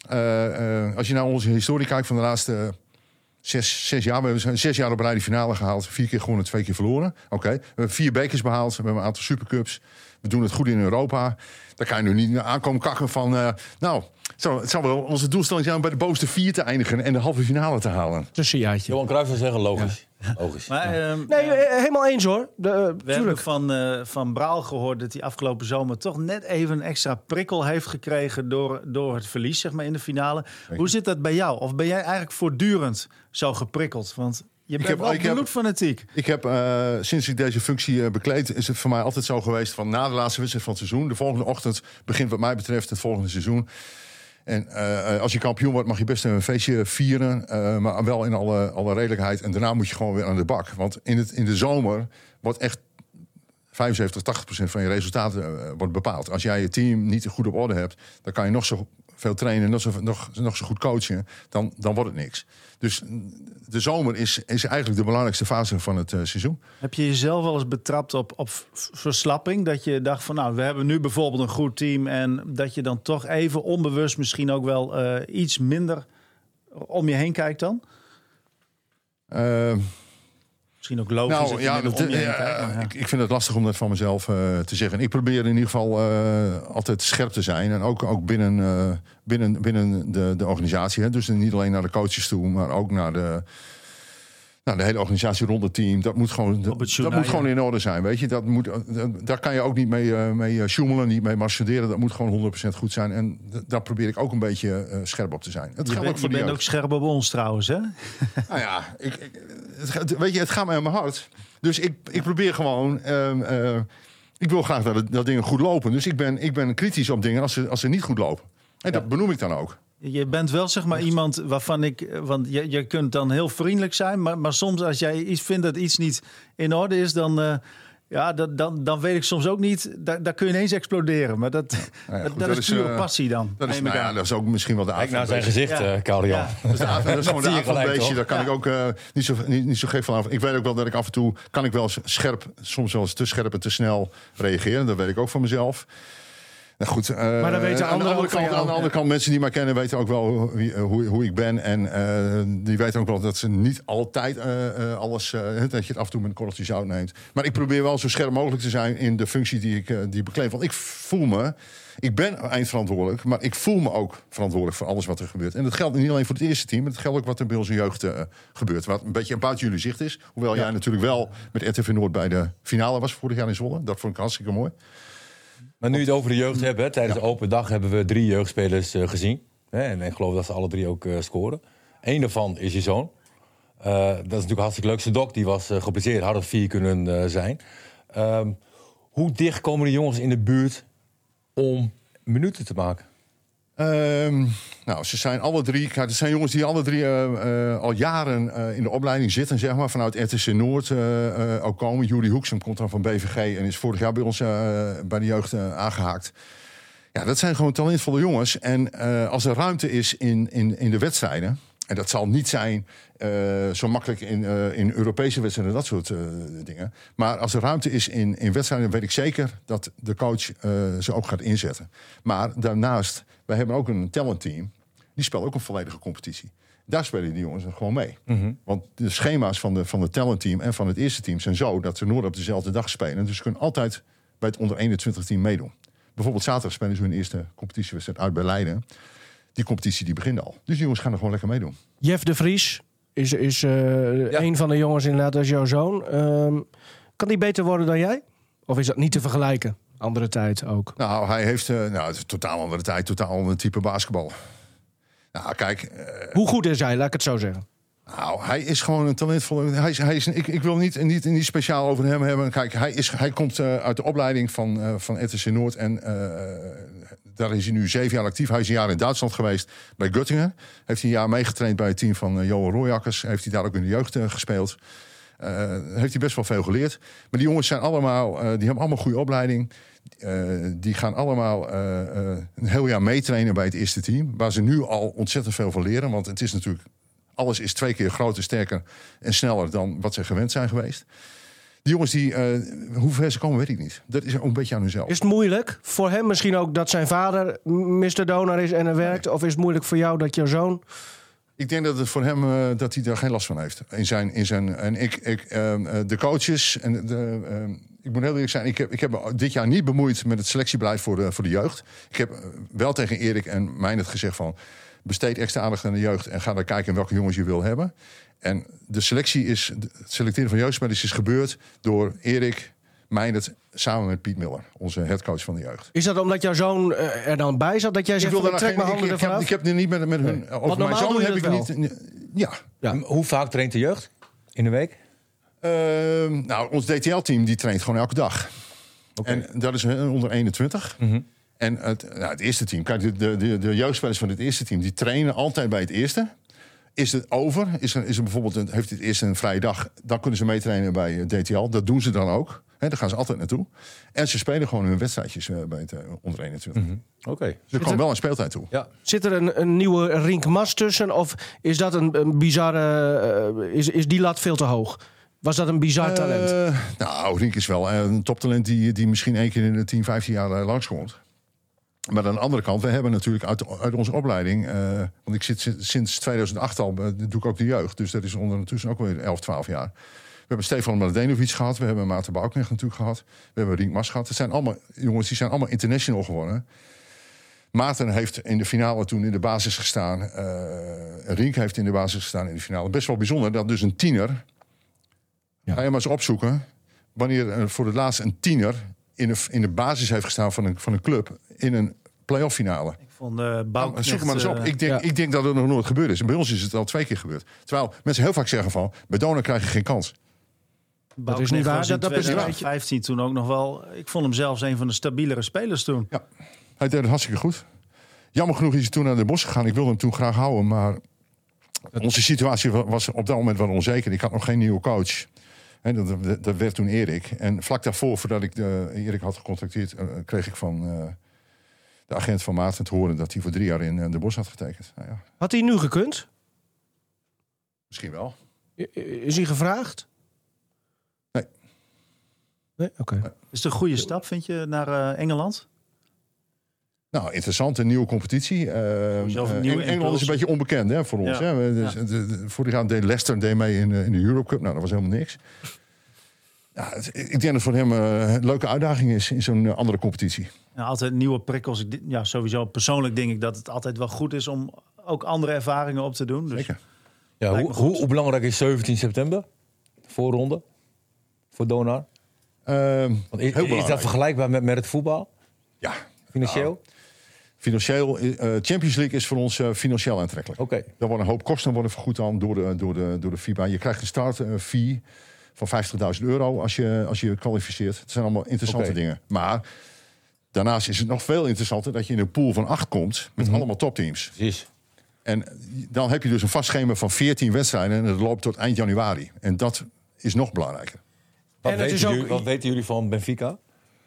Uh, uh, als je naar onze historie kijkt van de laatste zes, zes jaar. We hebben zes jaar op rij de finale gehaald. Vier keer gewonnen, twee keer verloren. Oké. Okay. We hebben vier bekers behaald. We hebben een aantal supercups. We doen het goed in Europa. Daar kan je nu niet aankomen kakken van... Uh, nou, het zou, het zou wel onze doelstelling zijn om bij de bovenste vier te eindigen... en de halve finale te halen. Tussenjaartje. Johan Cruijff zou zeggen, logisch. Ja. Logisch. Maar, ja. um, nee, helemaal eens hoor. De, uh, we tuurlijk. hebben van, uh, van Braal gehoord dat hij afgelopen zomer... toch net even een extra prikkel heeft gekregen... door, door het verlies zeg maar, in de finale. Weet Hoe zit dat bij jou? Of ben jij eigenlijk voortdurend zo geprikkeld? Want... Je bent wel bloedfanatiek. Ik heb, uh, sinds ik deze functie uh, bekleed... is het voor mij altijd zo geweest van... na de laatste wedstrijd van het seizoen... de volgende ochtend begint wat mij betreft het volgende seizoen. En uh, als je kampioen wordt mag je best een feestje vieren... Uh, maar wel in alle, alle redelijkheid. En daarna moet je gewoon weer aan de bak. Want in, het, in de zomer wordt echt... vijfenzeventig, tachtig procent van je resultaten uh, wordt bepaald. Als jij je team niet goed op orde hebt... dan kan je nog zo veel trainen, nog zo, nog, nog zo goed coachen... Dan, dan wordt het niks. Dus de zomer is, is eigenlijk de belangrijkste fase van het uh, seizoen. Heb je jezelf wel eens betrapt op, op verslapping? Dat je dacht van, nou, we hebben nu bijvoorbeeld een goed team... en dat je dan toch even onbewust misschien ook wel uh, iets minder om je heen kijkt dan? Uh, Misschien ook logisch nou, dat je ja, minder om je heen ja, kijkt. Maar ja. ik, ik vind het lastig om dat van mezelf uh, te zeggen. Ik probeer in ieder geval uh, altijd scherp te zijn. En ook, ook binnen, uh, binnen, binnen de, de organisatie. Hè. Dus niet alleen naar de coaches toe, maar ook naar de... Nou, de hele organisatie rond het team, dat moet gewoon, dat, dat moet gewoon in orde zijn. Weet je? Dat moet, dat, daar kan je ook niet mee, uh, mee sjoemelen, niet mee marchanderen. Dat moet gewoon honderd procent goed zijn. En d- daar probeer ik ook een beetje uh, scherp op te zijn. Het je bent, je bent ook scherp op ons trouwens, hè? Nou ja, ik, ik, het, weet je, het gaat mij aan mijn hart. Dus ik, ik probeer gewoon... Uh, uh, ik wil graag dat, dat dingen goed lopen. Dus ik ben, ik ben kritisch op dingen als ze, als ze niet goed lopen. En dat ja. benoem ik dan ook. Je bent wel zeg maar iemand waarvan ik... Want je, je kunt dan heel vriendelijk zijn... Maar, maar soms als jij iets vindt dat iets niet in orde is... dan, uh, ja, dat, dan, dan weet ik soms ook niet... Daar, daar kun je ineens exploderen. Maar dat, nou ja, dat, goed, dat, dat is is puur uh, passie dan. Dat is, nou ja, dat is ook misschien wel de Kijk naar zijn gezicht, ja. uh, Karl-Jan. Ja. Dat is, de, dat is gewoon de aard van het beestje. Daar kan ja. ik ook uh, niet, zo, niet, niet zo gek van af. Ik weet ook wel dat ik af en toe... kan ik wel scherp, soms wel eens te scherp en te snel reageren. Dat weet ik ook van mezelf. Nou goed, uh, maar dan weten aan, de andere kant, aan de andere kant, mensen die mij kennen weten ook wel hoe, hoe, hoe ik ben. En uh, die weten ook wel dat ze niet altijd uh, uh, alles, uh, dat je het af en toe met een korreltje zout neemt. Maar ik probeer wel zo scherp mogelijk te zijn in de functie die ik, uh, die ik bekleed. Want ik voel me, ik ben eindverantwoordelijk, maar ik voel me ook verantwoordelijk voor alles wat er gebeurt. En dat geldt niet alleen voor het eerste team, maar dat geldt ook wat er bij onze jeugd uh, gebeurt. Wat een beetje buiten jullie zicht is. Hoewel ja. jij natuurlijk wel met R T V Noord bij de finale was vorig jaar in Zwolle. Dat vond ik hartstikke mooi. Maar nu je het over de jeugd hebt, hè, tijdens ja. de open dag hebben we drie jeugdspelers uh, gezien. Hè, en ik geloof dat ze alle drie ook uh, scoren. Eén daarvan is je zoon. Uh, dat is natuurlijk hartstikke leuk. Sedok, die was uh, geblesseerd, had het vier kunnen uh, zijn. Um, hoe dicht komen de jongens in de buurt om minuten te maken? Um, nou, ze zijn alle drie... Kijk, het zijn jongens die alle drie uh, uh, al jaren uh, in de opleiding zitten, zeg maar. Vanuit R T C Noord uh, uh, ook komen. Juri Hoeksem komt dan van B V G en is vorig jaar bij ons uh, bij de jeugd uh, aangehaakt. Ja, dat zijn gewoon talentvolle jongens. En uh, als er ruimte is in, in, in de wedstrijden... En dat zal niet zijn uh, zo makkelijk in, uh, in Europese wedstrijden, dat soort uh, dingen. Maar als er ruimte is in, in wedstrijden, weet ik zeker dat de coach uh, ze ook gaat inzetten. Maar daarnaast, wij hebben ook een talentteam. Die speelt ook een volledige competitie. Daar spelen die jongens gewoon mee. Mm-hmm. Want de schema's van de, van het talentteam en van het eerste team zijn zo dat ze nooit op dezelfde dag spelen. Dus ze kunnen altijd bij het onder eenentwintig team meedoen. Bijvoorbeeld zaterdag spelen ze hun eerste competitiewedstrijd uit bij Leiden. Die competitie die begint al. Dus die jongens gaan er gewoon lekker meedoen. Jeff de Vries is, is uh, ja. een van de jongens inderdaad als jouw zoon. Um, kan die beter worden dan jij? Of is dat niet te vergelijken? Andere tijd ook. Nou, hij heeft uh, nou, het is totaal andere tijd, totaal ander type basketbal. Nou, kijk. Uh, Hoe goed is hij? Laat ik het zo zeggen. Nou, hij is gewoon een talentvolle... Hij is, hij is, ik, ik wil niet, niet, niet speciaal over hem hebben. Kijk, hij, is, hij komt uh, uit de opleiding van, uh, van R T C Noord. En uh, daar is hij nu zeven jaar actief. Hij is een jaar in Duitsland geweest bij Göttingen. Heeft hij een jaar meegetraind bij het team van uh, Johan Royakkers. Heeft hij daar ook in de jeugd uh, gespeeld. Uh, heeft hij best wel veel geleerd. Maar die jongens zijn allemaal... Uh, die hebben allemaal goede opleiding. Uh, die gaan allemaal uh, uh, een heel jaar meetrainen bij het eerste team. Waar ze nu al ontzettend veel van leren. Want het is natuurlijk... Alles is twee keer groter, sterker en sneller dan wat ze gewend zijn geweest. Die jongens, die, uh, hoe ver ze komen, weet ik niet. Dat is een beetje aan hunzelf. Is het moeilijk voor hem misschien ook dat zijn vader mister Donar is en er werkt? Nee. Of is het moeilijk voor jou dat jouw zoon... Ik denk dat het voor hem uh, dat hij daar geen last van heeft. In zijn, in zijn, en ik, ik, uh, de coaches... En de, uh, ik moet heel eerlijk zijn, ik heb, ik heb dit jaar niet bemoeid met het selectiebeleid voor de, voor de jeugd. Ik heb wel tegen Erik en Meijnerd gezegd van... besteed extra aandacht aan de jeugd en ga daar kijken welke jongens je wil hebben. En de selectie is, het selecteren van jeugdspelers is gebeurd door Erik, Meijnerd, samen met Piet Miller, onze headcoach van de jeugd. Is dat omdat jouw zoon er dan bij zat dat jij zegt, van, ik trek mijn handen ervan af? Ik heb er niet met, met hun... Nee. Over mijn zoon heb ik wel. niet... Ja. ja. Hoe vaak traint de jeugd in de week? Uh, nou, ons D T L-team die traint gewoon elke dag. Okay. En dat is onder eenentwintig. Mm-hmm. En het, nou, het eerste team, kijk, de, de, de, de jeugdspelers van het eerste team... die trainen altijd bij het eerste. Is het over, is er, is er bijvoorbeeld een, heeft het eerste een vrije dag... dan kunnen ze meetrainen bij D T L. Dat doen ze dan ook. He, daar gaan ze altijd naartoe. En ze spelen gewoon hun wedstrijdjes uh, bij het uh, onder eenentwintig. Mm-hmm. Oké. Okay. Dus er komen wel een speeltijd toe. Ja. Zit er een, een nieuwe Rink Mas tussen? Of is dat een, een bizarre... Uh, is, is die lat veel te hoog? Was dat een bizar talent? Uh, nou, Rink is wel een toptalent die, die misschien één keer in de tien, vijftien jaar uh, langskomt. Maar aan de andere kant, we hebben natuurlijk uit, uit onze opleiding... Uh, want ik zit sinds tweeduizend acht al, uh, doe ik ook de jeugd. Dus dat is ondertussen ook weer elf, twaalf jaar. We hebben Stefan Mladenovic gehad. We hebben Maarten Bouknecht natuurlijk gehad. We hebben Rink Mas gehad. Het zijn allemaal jongens, die zijn allemaal international geworden. Maarten heeft in de finale toen in de basis gestaan. Uh, Rink heeft in de basis gestaan in de finale. Best wel bijzonder dat dus een tiener... Ja. Ga je maar eens opzoeken... wanneer uh, voor het laatst een tiener... in de, in de basis heeft gestaan van een, van een club... in een play-off finale. Ik vond uh, Bouknecht... Zoek maar eens op. Ik denk, ja. ik denk dat het nog nooit gebeurd is. En bij ons is het al twee keer gebeurd. Terwijl mensen heel vaak zeggen van... bij Donar krijg je geen kans. Dat is niet waar. Dat, dat is twintig vijftien toen ook nog wel... Ik vond hem zelfs een van de stabielere spelers toen. Ja, hij deed het hartstikke goed. Jammer genoeg is hij toen naar de Bos gegaan. Ik wilde hem toen graag houden, maar... onze situatie was op dat moment wel onzeker. Ik had nog geen nieuwe coach. He, dat, dat, dat werd toen Erik. En vlak daarvoor, voordat ik de, Erik had gecontacteerd... Uh, kreeg ik van uh, de agent van Maarten te horen... dat hij voor drie jaar in uh, de Bos had getekend. Nou, ja. Had hij nu gekund? Misschien wel. Is hij gevraagd? Nee. Nee? Oké. Okay. Nee. Is het een goede stap, vind je, naar uh, Engeland? Nou, interessant, een nieuwe competitie. Uh, uh, nieuwe Engeland is een beetje onbekend hè, voor ons. Ja. Hè. Dus, ja. de, de, vorig jaar deed Leicester deed mee in, in de Europe Cup. Nou, dat was helemaal niks. Ja, het, ik denk dat het voor hem uh, een leuke uitdaging is in zo'n uh, andere competitie. Ja, altijd nieuwe prikkels. Ja, sowieso persoonlijk denk ik dat het altijd wel goed is om ook andere ervaringen op te doen. Dus zeker. Ja, hoe, hoe, hoe belangrijk is zeventien september? Voorronde voor Donar? Uh, Want is, is dat vergelijkbaar met, met het voetbal? Ja. Financieel? Nou, Financieel, uh, Champions League is voor ons uh, financieel aantrekkelijk. Okay. Er worden een hoop kosten worden vergoed aan door de, door de, door de FIBA. Je krijgt een start uh, fee van vijftigduizend euro als je, als je kwalificeert. Het zijn allemaal interessante okay. dingen. Maar daarnaast is het nog veel interessanter dat je in een pool van acht komt met mm-hmm. allemaal topteams. Precies. En dan heb je dus een vast schema van veertien wedstrijden en het loopt tot eind januari. En dat is nog belangrijker. Wat, en weten, ook... jullie, wat weten jullie van Benfica?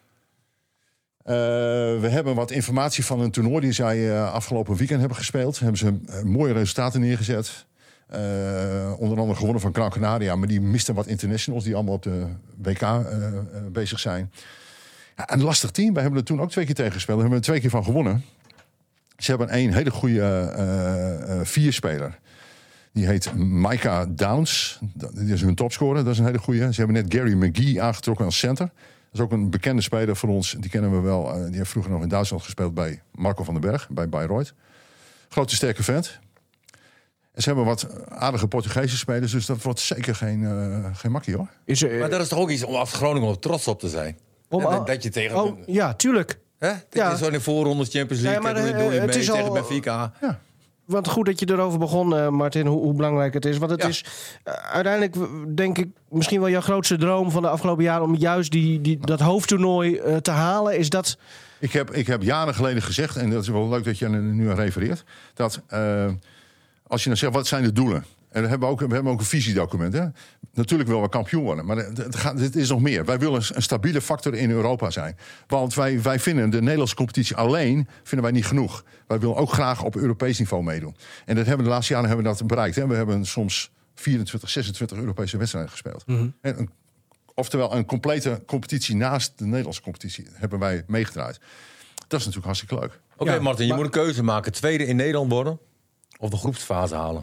Uh, we hebben wat informatie van een toernooi die zij uh, afgelopen weekend hebben gespeeld. Hebben ze uh, mooie resultaten neergezet. Uh, onder andere gewonnen van Gran Canaria. Maar die misten wat internationals die allemaal op de W K uh, uh, bezig zijn. Ja, een lastig team. We hebben er toen ook twee keer tegen gespeeld. Daar hebben we er twee keer van gewonnen. Ze hebben een hele goede uh, uh, vierspeler. Die heet Micah Downs. Dat is hun topscorer. Dat is een hele goede. Ze hebben net Gary McGee aangetrokken als center. Dat is ook een bekende speler voor ons. Die kennen we wel. Uh, die heeft vroeger nog in Duitsland gespeeld bij Marco van den Berg. Bij Bayreuth. Grote sterke vent. En ze hebben wat aardige Portugese spelers. Dus dat wordt zeker geen, uh, geen makkie hoor. Is er, uh, maar dat is toch ook iets om af Groningen trots op te zijn? Om, dat, dat je tegen... Oh, ja, tuurlijk. Hè? Dat ja. je zo in de voorronde Champions League... Ja, maar, doe, doe je mee tegen al, Benfica. Ja. Want goed dat je erover begon, uh, Martin, hoe, hoe belangrijk het is. Want het ja. is uh, uiteindelijk, denk ik, misschien wel jouw grootste droom van de afgelopen jaren... om juist die, die, dat hoofdtoernooi uh, te halen. Is dat... Ik heb, ik heb jaren geleden gezegd, en dat is wel leuk dat je er nu aan refereert... dat uh, als je dan zegt, wat zijn de doelen? En we hebben ook, we hebben ook een visiedocument. Hè? Natuurlijk willen we kampioen worden, maar het, het, gaat, het is nog meer. Wij willen een stabiele factor in Europa zijn. Want wij, wij vinden de Nederlandse competitie alleen vinden wij niet genoeg. Wij willen ook graag op Europees niveau meedoen. En dat hebben we de laatste jaren hebben we dat bereikt. Hè? We hebben soms vierentwintig, zesentwintig Europese wedstrijden gespeeld. Mm-hmm. En een Oftewel een complete competitie naast de Nederlandse competitie hebben wij meegedraaid. Dat is natuurlijk hartstikke leuk. Oké, okay, Ja, Martin, je maar... moet een keuze maken. Tweede in Nederland worden of de groepsfase halen?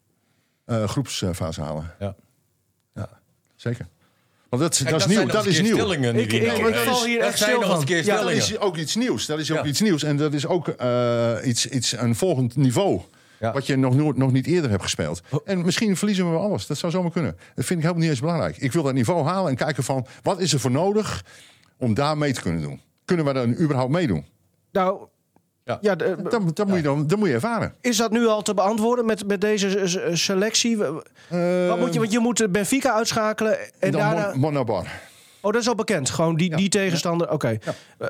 Uh, groepsfase halen. Ja. Ja, zeker. Want dat, Kijk, dat is dat nieuw. Dat is nieuw. Ik, ik, ik val hier echt stil van. Ja, dat is ook iets nieuws. Dat is ook ja. iets nieuws. En dat is ook uh, iets, iets, een volgend niveau. Ja. Wat je nog, nog niet eerder hebt gespeeld. En misschien verliezen we wel alles. Dat zou zomaar kunnen. Dat vind ik helemaal niet eens belangrijk. Ik wil dat niveau halen en kijken van... wat is er voor nodig om daar mee te kunnen doen? Kunnen we daar überhaupt meedoen? Nou... Ja. Ja, de, dat, dat, ja. Moet je dan, dat moet je ervaren. Is dat nu al te beantwoorden met, met deze selectie? Uh, Wat moet je, want je moet Benfica uitschakelen. En, en dan daarna... Monabar. Oh, dat is al bekend. Gewoon die, ja. die tegenstander. Oké. Okay. Ja. Uh,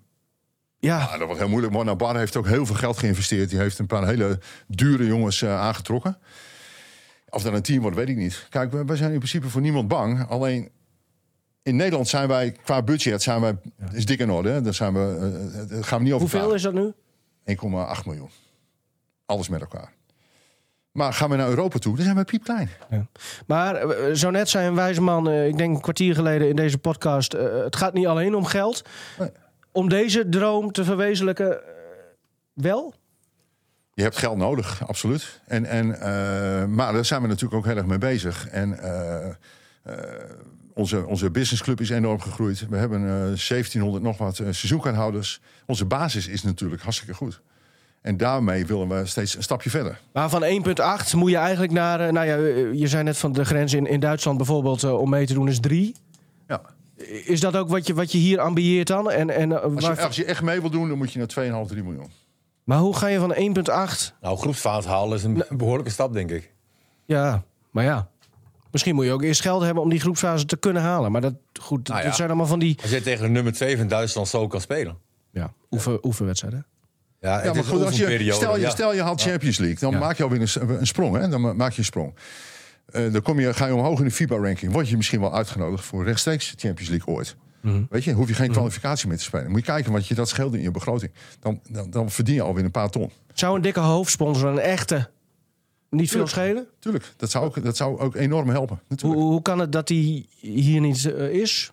ja. ja, dat wordt heel moeilijk. Monabar heeft ook heel veel geld geïnvesteerd. Die heeft een paar hele dure jongens uh, aangetrokken. Of dat een team wordt, weet ik niet. Kijk, wij zijn in principe voor niemand bang. Alleen... In Nederland zijn wij, qua budget, zijn wij, ja. is dik in orde. Hè? Daar zijn we, uh, gaan we niet over Hoeveel vragen. is dat nu? één komma acht miljoen. Alles met elkaar. Maar gaan we naar Europa toe, dan zijn we piepklein. Ja. Maar uh, zo net zei een wijze man, uh, ik denk een kwartier geleden in deze podcast... Uh, het gaat niet alleen om geld. Nee. Om deze droom te verwezenlijken, uh, wel? Je hebt geld nodig, absoluut. En, en, uh, maar daar zijn we natuurlijk ook heel erg mee bezig. En... Uh, uh, Onze, onze businessclub is enorm gegroeid. We hebben uh, zeventienhonderd nog wat uh, seizoenkaarthouders. Onze basis is natuurlijk hartstikke goed. En daarmee willen we steeds een stapje verder. Maar van één komma acht moet je eigenlijk naar... Uh, nou ja, je zei net van de grens in, in Duitsland bijvoorbeeld... Uh, om mee te doen is drie. Ja. Is dat ook wat je, wat je hier ambieert dan? En, en, uh, als, je, waar... als je echt mee wil doen, dan moet je naar twee komma vijf, drie miljoen. Maar hoe ga je van één komma acht... Nou, groepsfase halen is een behoorlijke stap, denk ik. Ja, maar ja... Misschien moet je ook eerst geld hebben om die groepsfase te kunnen halen. Maar dat, goed, nou ja, dat zijn allemaal van die... Als je tegen de nummer twee van Duitsland zo kan spelen. Ja, oefen, oefenwedstrijden. Ja, ja, maar goed, als je, stel, je, stel je haalt Champions League, dan ja. maak je alweer een, een sprong. Hè? Dan maak je een sprong. Uh, dan kom je, ga je omhoog in de FIBA-ranking. Word je misschien wel uitgenodigd voor rechtstreeks Champions League ooit. Mm-hmm. Weet je, hoef je geen kwalificatie meer te spelen. Moet je kijken wat je dat scheelt in je begroting. Dan, dan, dan verdien je alweer een paar ton. Zou een dikke hoofdsponsor een echte... Niet veel schelen? Tuurlijk, dat zou ook, dat zou ook enorm helpen. Hoe, hoe kan het dat die hier niet uh, is?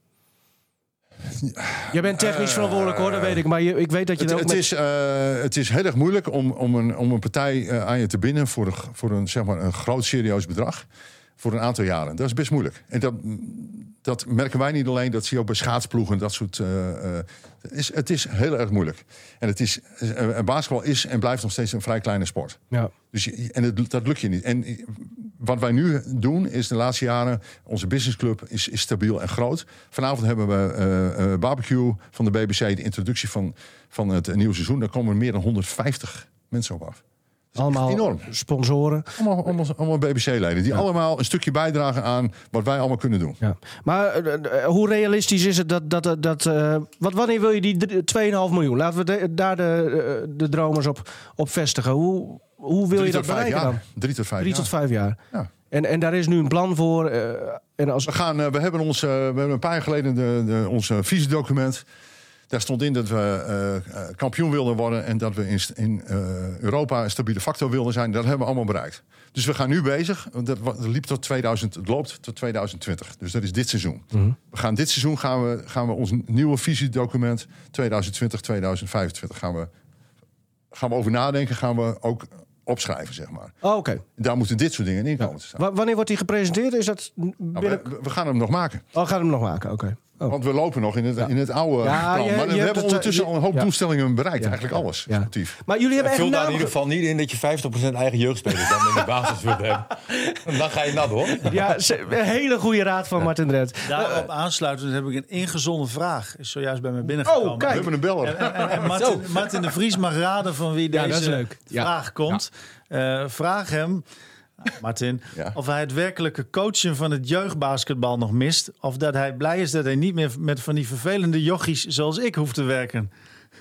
Je bent technisch verantwoordelijk hoor, dat weet ik. Maar je, ik weet dat je het, ook het, met... is, uh, het is heel erg moeilijk om, om, een, om een partij uh, aan je te binden... voor, een, voor een, zeg maar, een groot serieus bedrag. Voor een aantal jaren. Dat is best moeilijk. En dat, dat merken wij niet alleen. Dat zie je ook bij schaatsploegen. Dat soort, uh, uh, het, is, het is heel erg moeilijk. En het is, uh, basketbal is en blijft nog steeds een vrij kleine sport. Ja. Dus je, en het, dat lukt je niet. En wat wij nu doen is de laatste jaren... onze businessclub is, is stabiel en groot. Vanavond hebben we uh, uh, barbecue van de B B C. De introductie van, van het nieuwe seizoen. Daar komen meer dan honderdvijftig mensen op af. Allemaal enorm. Sponsoren. Allemaal, allemaal, allemaal B B C-leden. Die ja. allemaal een stukje bijdragen aan wat wij allemaal kunnen doen. Ja. Maar uh, uh, hoe realistisch is het dat... dat, dat uh, wat, wanneer wil je die twee komma vijf miljoen? Laten we de, daar de, uh, de dromers op, op vestigen. Hoe, hoe wil je dat bereiken dan? Drie tot vijf Drie jaar. tot vijf jaar. Ja. En, en daar is nu een plan voor. Uh, en als... we, gaan, uh, we hebben ons, uh, we hebben een paar jaar geleden de, de, ons visiedocument. Daar stond in dat we uh, kampioen wilden worden... en dat we in, in uh, Europa een stabiele factor wilden zijn. Dat hebben we allemaal bereikt. Dus we gaan nu bezig. Dat, dat liep tot tweeduizend, het loopt tot tweeduizend twintig. Dus dat is dit seizoen. Mm-hmm. We gaan dit seizoen gaan we, gaan we ons nieuwe visiedocument... tweeduizend twintig, tweeduizend vijfentwintig gaan we, gaan we over nadenken. Gaan we ook opschrijven, zeg maar. Oh, oké. Okay. Daar moeten dit soort dingen in komen ja. te staan. W- wanneer wordt die gepresenteerd? Is dat binnen... nou, we, we gaan hem nog maken. Oh, gaan hem nog maken, oké. Okay. Oh. Want we lopen nog in het, ja. in het oude ja, plan. Je, maar je we hebben ondertussen het, al een hoop ja. doelstellingen bereikt. Ja. Eigenlijk alles. Ja. Sportief. Maar jullie hebben vul echt daar naam... in ieder geval niet in dat je vijftig procent eigen jeugdspelers dan in de basis wilt hebben. Dan ga je nat hoor. Ja, een hele goede raad van ja. Martin Drent. Daarop aansluitend heb ik een ingezonden vraag. Is zojuist bij me binnengekomen. Oh, kijk. We hebben een beller. En, en, en Martin, Martin de Vries mag raden van wie ja, deze ja. vraag komt. Ja. Uh, vraag hem... Martin, ja. of hij het werkelijke coachen van het jeugdbasketbal nog mist... of dat hij blij is dat hij niet meer met van die vervelende jochies zoals ik hoeft te werken.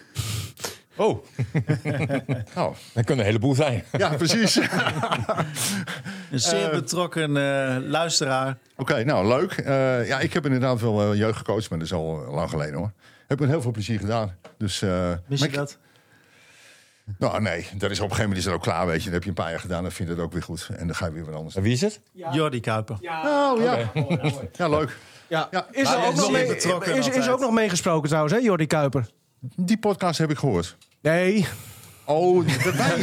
Oh. oh. Dat kunnen een heleboel zijn. Ja, precies. Een zeer betrokken uh, luisteraar. Oké, okay, nou leuk. Uh, ja, ik heb inderdaad wel uh, jeugd gecoacht, maar dat is al uh, lang geleden hoor. Heb me heel veel plezier gedaan. Dus, uh, Mis je dat? Nou, nee, dat is op een gegeven moment is dat ook klaar, weet je. Dat heb je een paar jaar gedaan, dan vind je het ook weer goed. En dan ga je weer wat anders. En wie is het? Ja. Jordi Kuiper. Ja. Oh, ja. Okay. Ja, leuk. Ja. Ja. Is Maar er hij ook is nog zeer mee, betrokken is, is altijd. ook nog meegesproken trouwens, hè, Jordi Kuiper? Die podcast heb ik gehoord. Nee. Oh, dat wij,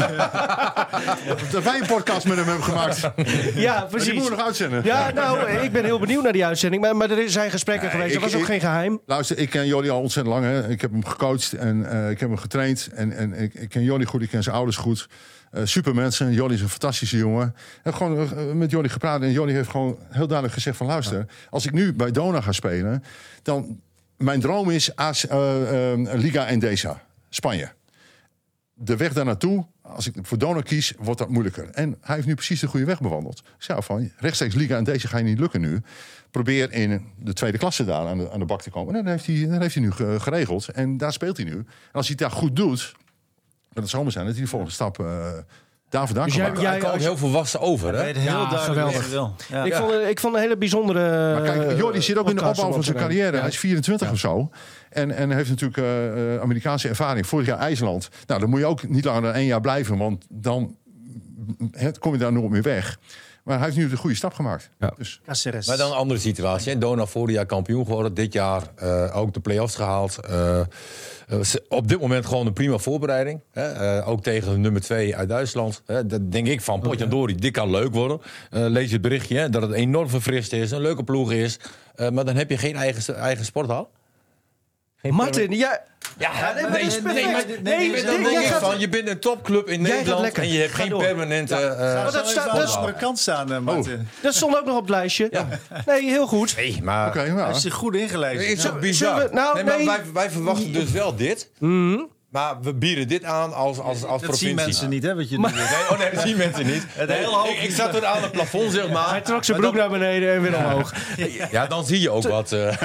dat wij een podcast met hem hebben gemaakt. Ja, Maar die precies. moeten we nog uitzenden. Ja, nou, ik ben heel benieuwd naar die uitzending. Maar, maar er zijn gesprekken Nee, geweest. Dat ik- was ook ik- geen geheim. Luister, ik ken Jordi al ontzettend lang. Hè. Ik heb hem gecoacht en uh, ik heb hem getraind. En, en ik, ik ken Jordi goed, ik ken zijn ouders goed. Uh, super mensen. Jordi is een fantastische jongen. Ik heb gewoon uh, met Jordi gepraat. En Jordi heeft gewoon heel duidelijk gezegd van... luister, ja. als ik nu bij Dona ga spelen... dan mijn droom is A S, uh, uh, Liga Endesa, Spanje. De weg daar naartoe, als ik voor Dona kies, wordt dat moeilijker. En hij heeft nu precies de goede weg bewandeld. Ik zei van, rechtstreeks Liga Endesa ga je niet lukken nu. Probeer in de tweede klasse daar aan de, aan de bak te komen. En dat heeft hij, dat heeft hij nu geregeld. En daar speelt hij nu. En als hij het daar goed doet... kan het zomaar zijn dat hij de volgende stap uh, daar vandaan Dus kan jij- maken. jij- Hij komt als- heel volwassen over, Hij hè? weet heel Ja, duidelijk geweldig. wat hij wil. Ja. Ik, vond, ik vond een hele bijzondere... Maar kijk, Jordi zit ook in de podcast opbouw van zijn om op te carrière. nemen. Hij is vierentwintig of zo. En, en heeft natuurlijk uh, uh, Amerikaanse ervaring. Vorig jaar IJsland. Nou, dan moet je ook niet langer dan één jaar blijven. Want dan he, kom je daar nooit meer weg. Maar hij heeft nu de goede stap gemaakt. Ja. Dus, Caceres. Maar dan een andere situatie. hè. Dona vorig jaar kampioen geworden. Dit jaar uh, ook de play-offs gehaald. Uh, uh, op dit moment gewoon een prima voorbereiding. Hè. Uh, ook tegen de nummer twee uit Duitsland. Hè. Dat denk ik van, potjandori, dit kan leuk worden. Uh, lees het berichtje, hè, dat het enorm verfrist is. Een leuke ploeg is. Uh, maar dan heb je geen eigen, eigen sporthal. Martin, ja, Ja, nee, maar nee, dat is nee, perfect. maar- Nee, nee, maar dit- dan denk jij ik gaat- van, je bent een topclub in Jij gaat Nederland lekker. en je hebt Ga geen door. permanente... uh, Ga dat zo staat- even aan dat de is- andere kant staan, uh, Martin. dat stond ook nog op het lijstje. Ja. Nee, heel goed. Nee, maar... Oké, Hij nou. heeft zich goed ingelezen. Het is Ja. ook bizar. Zullen we- nou, nee, maar nee. wij, wij verwachten dus wel dit. Maar we bieden dit aan als, als, als Dat provincie. zien mensen niet, hè, wat je nu doet. Nee, oh nee, dat zien mensen niet. Het Nee, hele hoofd ik, ik zat er aan het plafond, zeg maar. Hij trok zijn Maar broek naar beneden en weer omhoog. dan- Ja, dan zie je ook wat. Uh,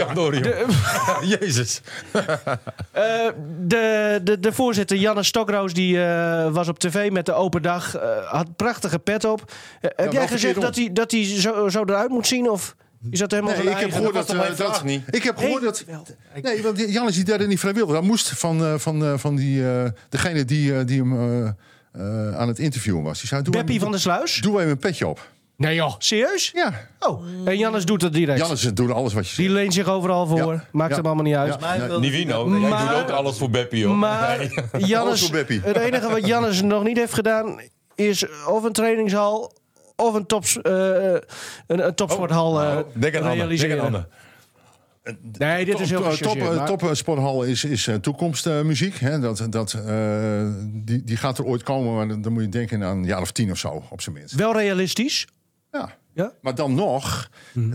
Jezus. Uh, de, de, de voorzitter, Janne Stokroos, die uh, was op tv met de open dag. Uh, had prachtige pet op. Uh, heb wel jij gezegd verkeerd dat hij, dat hij zo, zo eruit moet zien? Of is dat helemaal Nee, zijn ik heb eigen? gehoord dat, was toch uh, mijn dat vraag niet? ik heb gehoord dat Wel. nee, want Jan is die derde niet vrijwillig. Dat moest van uh, van uh, van die uh, degene die uh, die hem uh, uh, aan het interviewen was. Die zei: doe Beppie even, van der Sluis? doe even een petje op. Nee joh, serieus? Ja, Oh, en Jannes doet dat direct. Jan is doet alles wat je Die zegt. leent zich overal voor. Ja. Maakt Ja. hem allemaal niet uit. Ja. Maar hij Nee, wil- Nivino, Maar- jij doet ook alles voor Beppie, hoor. Maar Nee. Alles Jannes, voor Beppie. het enige wat Jannes nog niet heeft gedaan is of een trainingshal of een, tops, uh, een, een topsporthal uh, Oh, denk aan Anne, denk realiseren. aan Anne. Nee, dit is heel top, gechargeerd, top, maar- top uh, sporthal is, is uh, toekomstmuziek. Uh, dat, dat, uh, die, die gaat er ooit komen, maar dan, dan moet je denken aan een jaar of tien of zo, op zijn minst. Wel realistisch. Ja. Ja? Maar dan nog,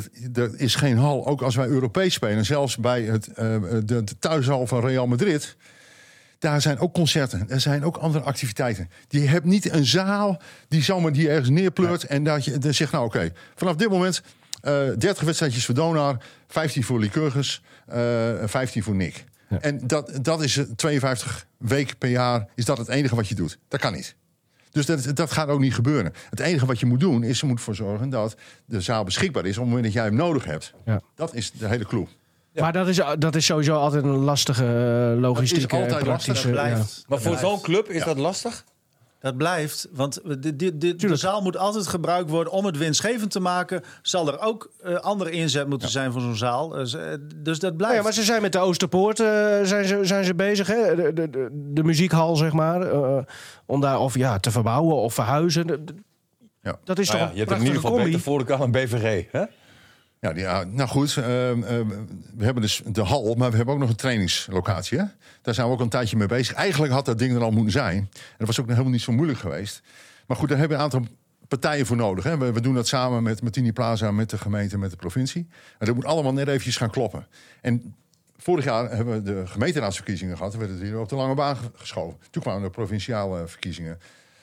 er is geen hal, ook als wij Europees spelen, zelfs bij het, uh, de, de thuishal van Real Madrid. Daar zijn ook concerten, er zijn ook andere activiteiten. Je hebt niet een zaal die zomaar die ergens neerpleurt en dat je dan zegt, nou oké, okay, vanaf dit moment uh, dertig wedstrijdjes voor Donar, vijftien voor Lycurgus, uh, vijftien voor Nick. Ja. En dat, dat is tweeënvijftig weken per jaar, is dat het enige wat je doet. Dat kan niet. Dus dat, dat gaat ook niet gebeuren. Het enige wat je moet doen, is er moet voor zorgen dat de zaal beschikbaar is op het moment dat jij hem nodig hebt. Ja. Dat is de hele clue. Ja. Maar dat is, dat is sowieso altijd een lastige uh, logistieke Dat is altijd en lastig. praktische... Dat blijft. ja. Maar voor Dat zo'n blijft. club is Ja. dat lastig? Dat blijft, want de, de, de, de zaal moet altijd gebruikt worden om het winstgevend te maken. Zal er ook uh, andere inzet moeten ja. zijn voor zo'n zaal. Dus, uh, dus dat blijft. Ja, maar ze zijn met de Oosterpoort uh, zijn ze, zijn ze bezig, hè? De, de, de, de muziekhal, zeg maar. Uh, om daar of ja, te verbouwen of verhuizen. De, de, Ja. Dat is Nou toch ja, een je hebt in ieder geval combi. beter voor de kan een B V G, hè? Ja, die, ja, nou goed, uh, uh, we hebben dus de hal, maar we hebben ook nog een trainingslocatie. Hè? Daar zijn we ook een tijdje mee bezig. Eigenlijk had dat ding er al moeten zijn. En dat was ook helemaal niet zo moeilijk geweest. Maar goed, daar hebben we een aantal partijen voor nodig. Hè? We, we doen dat samen met Martini Plaza, met de gemeente, met de provincie. En dat moet allemaal net eventjes gaan kloppen. En vorig jaar hebben we de gemeenteraadsverkiezingen gehad. En werden het weer op de lange baan geschoven. Toen kwamen de provinciale verkiezingen.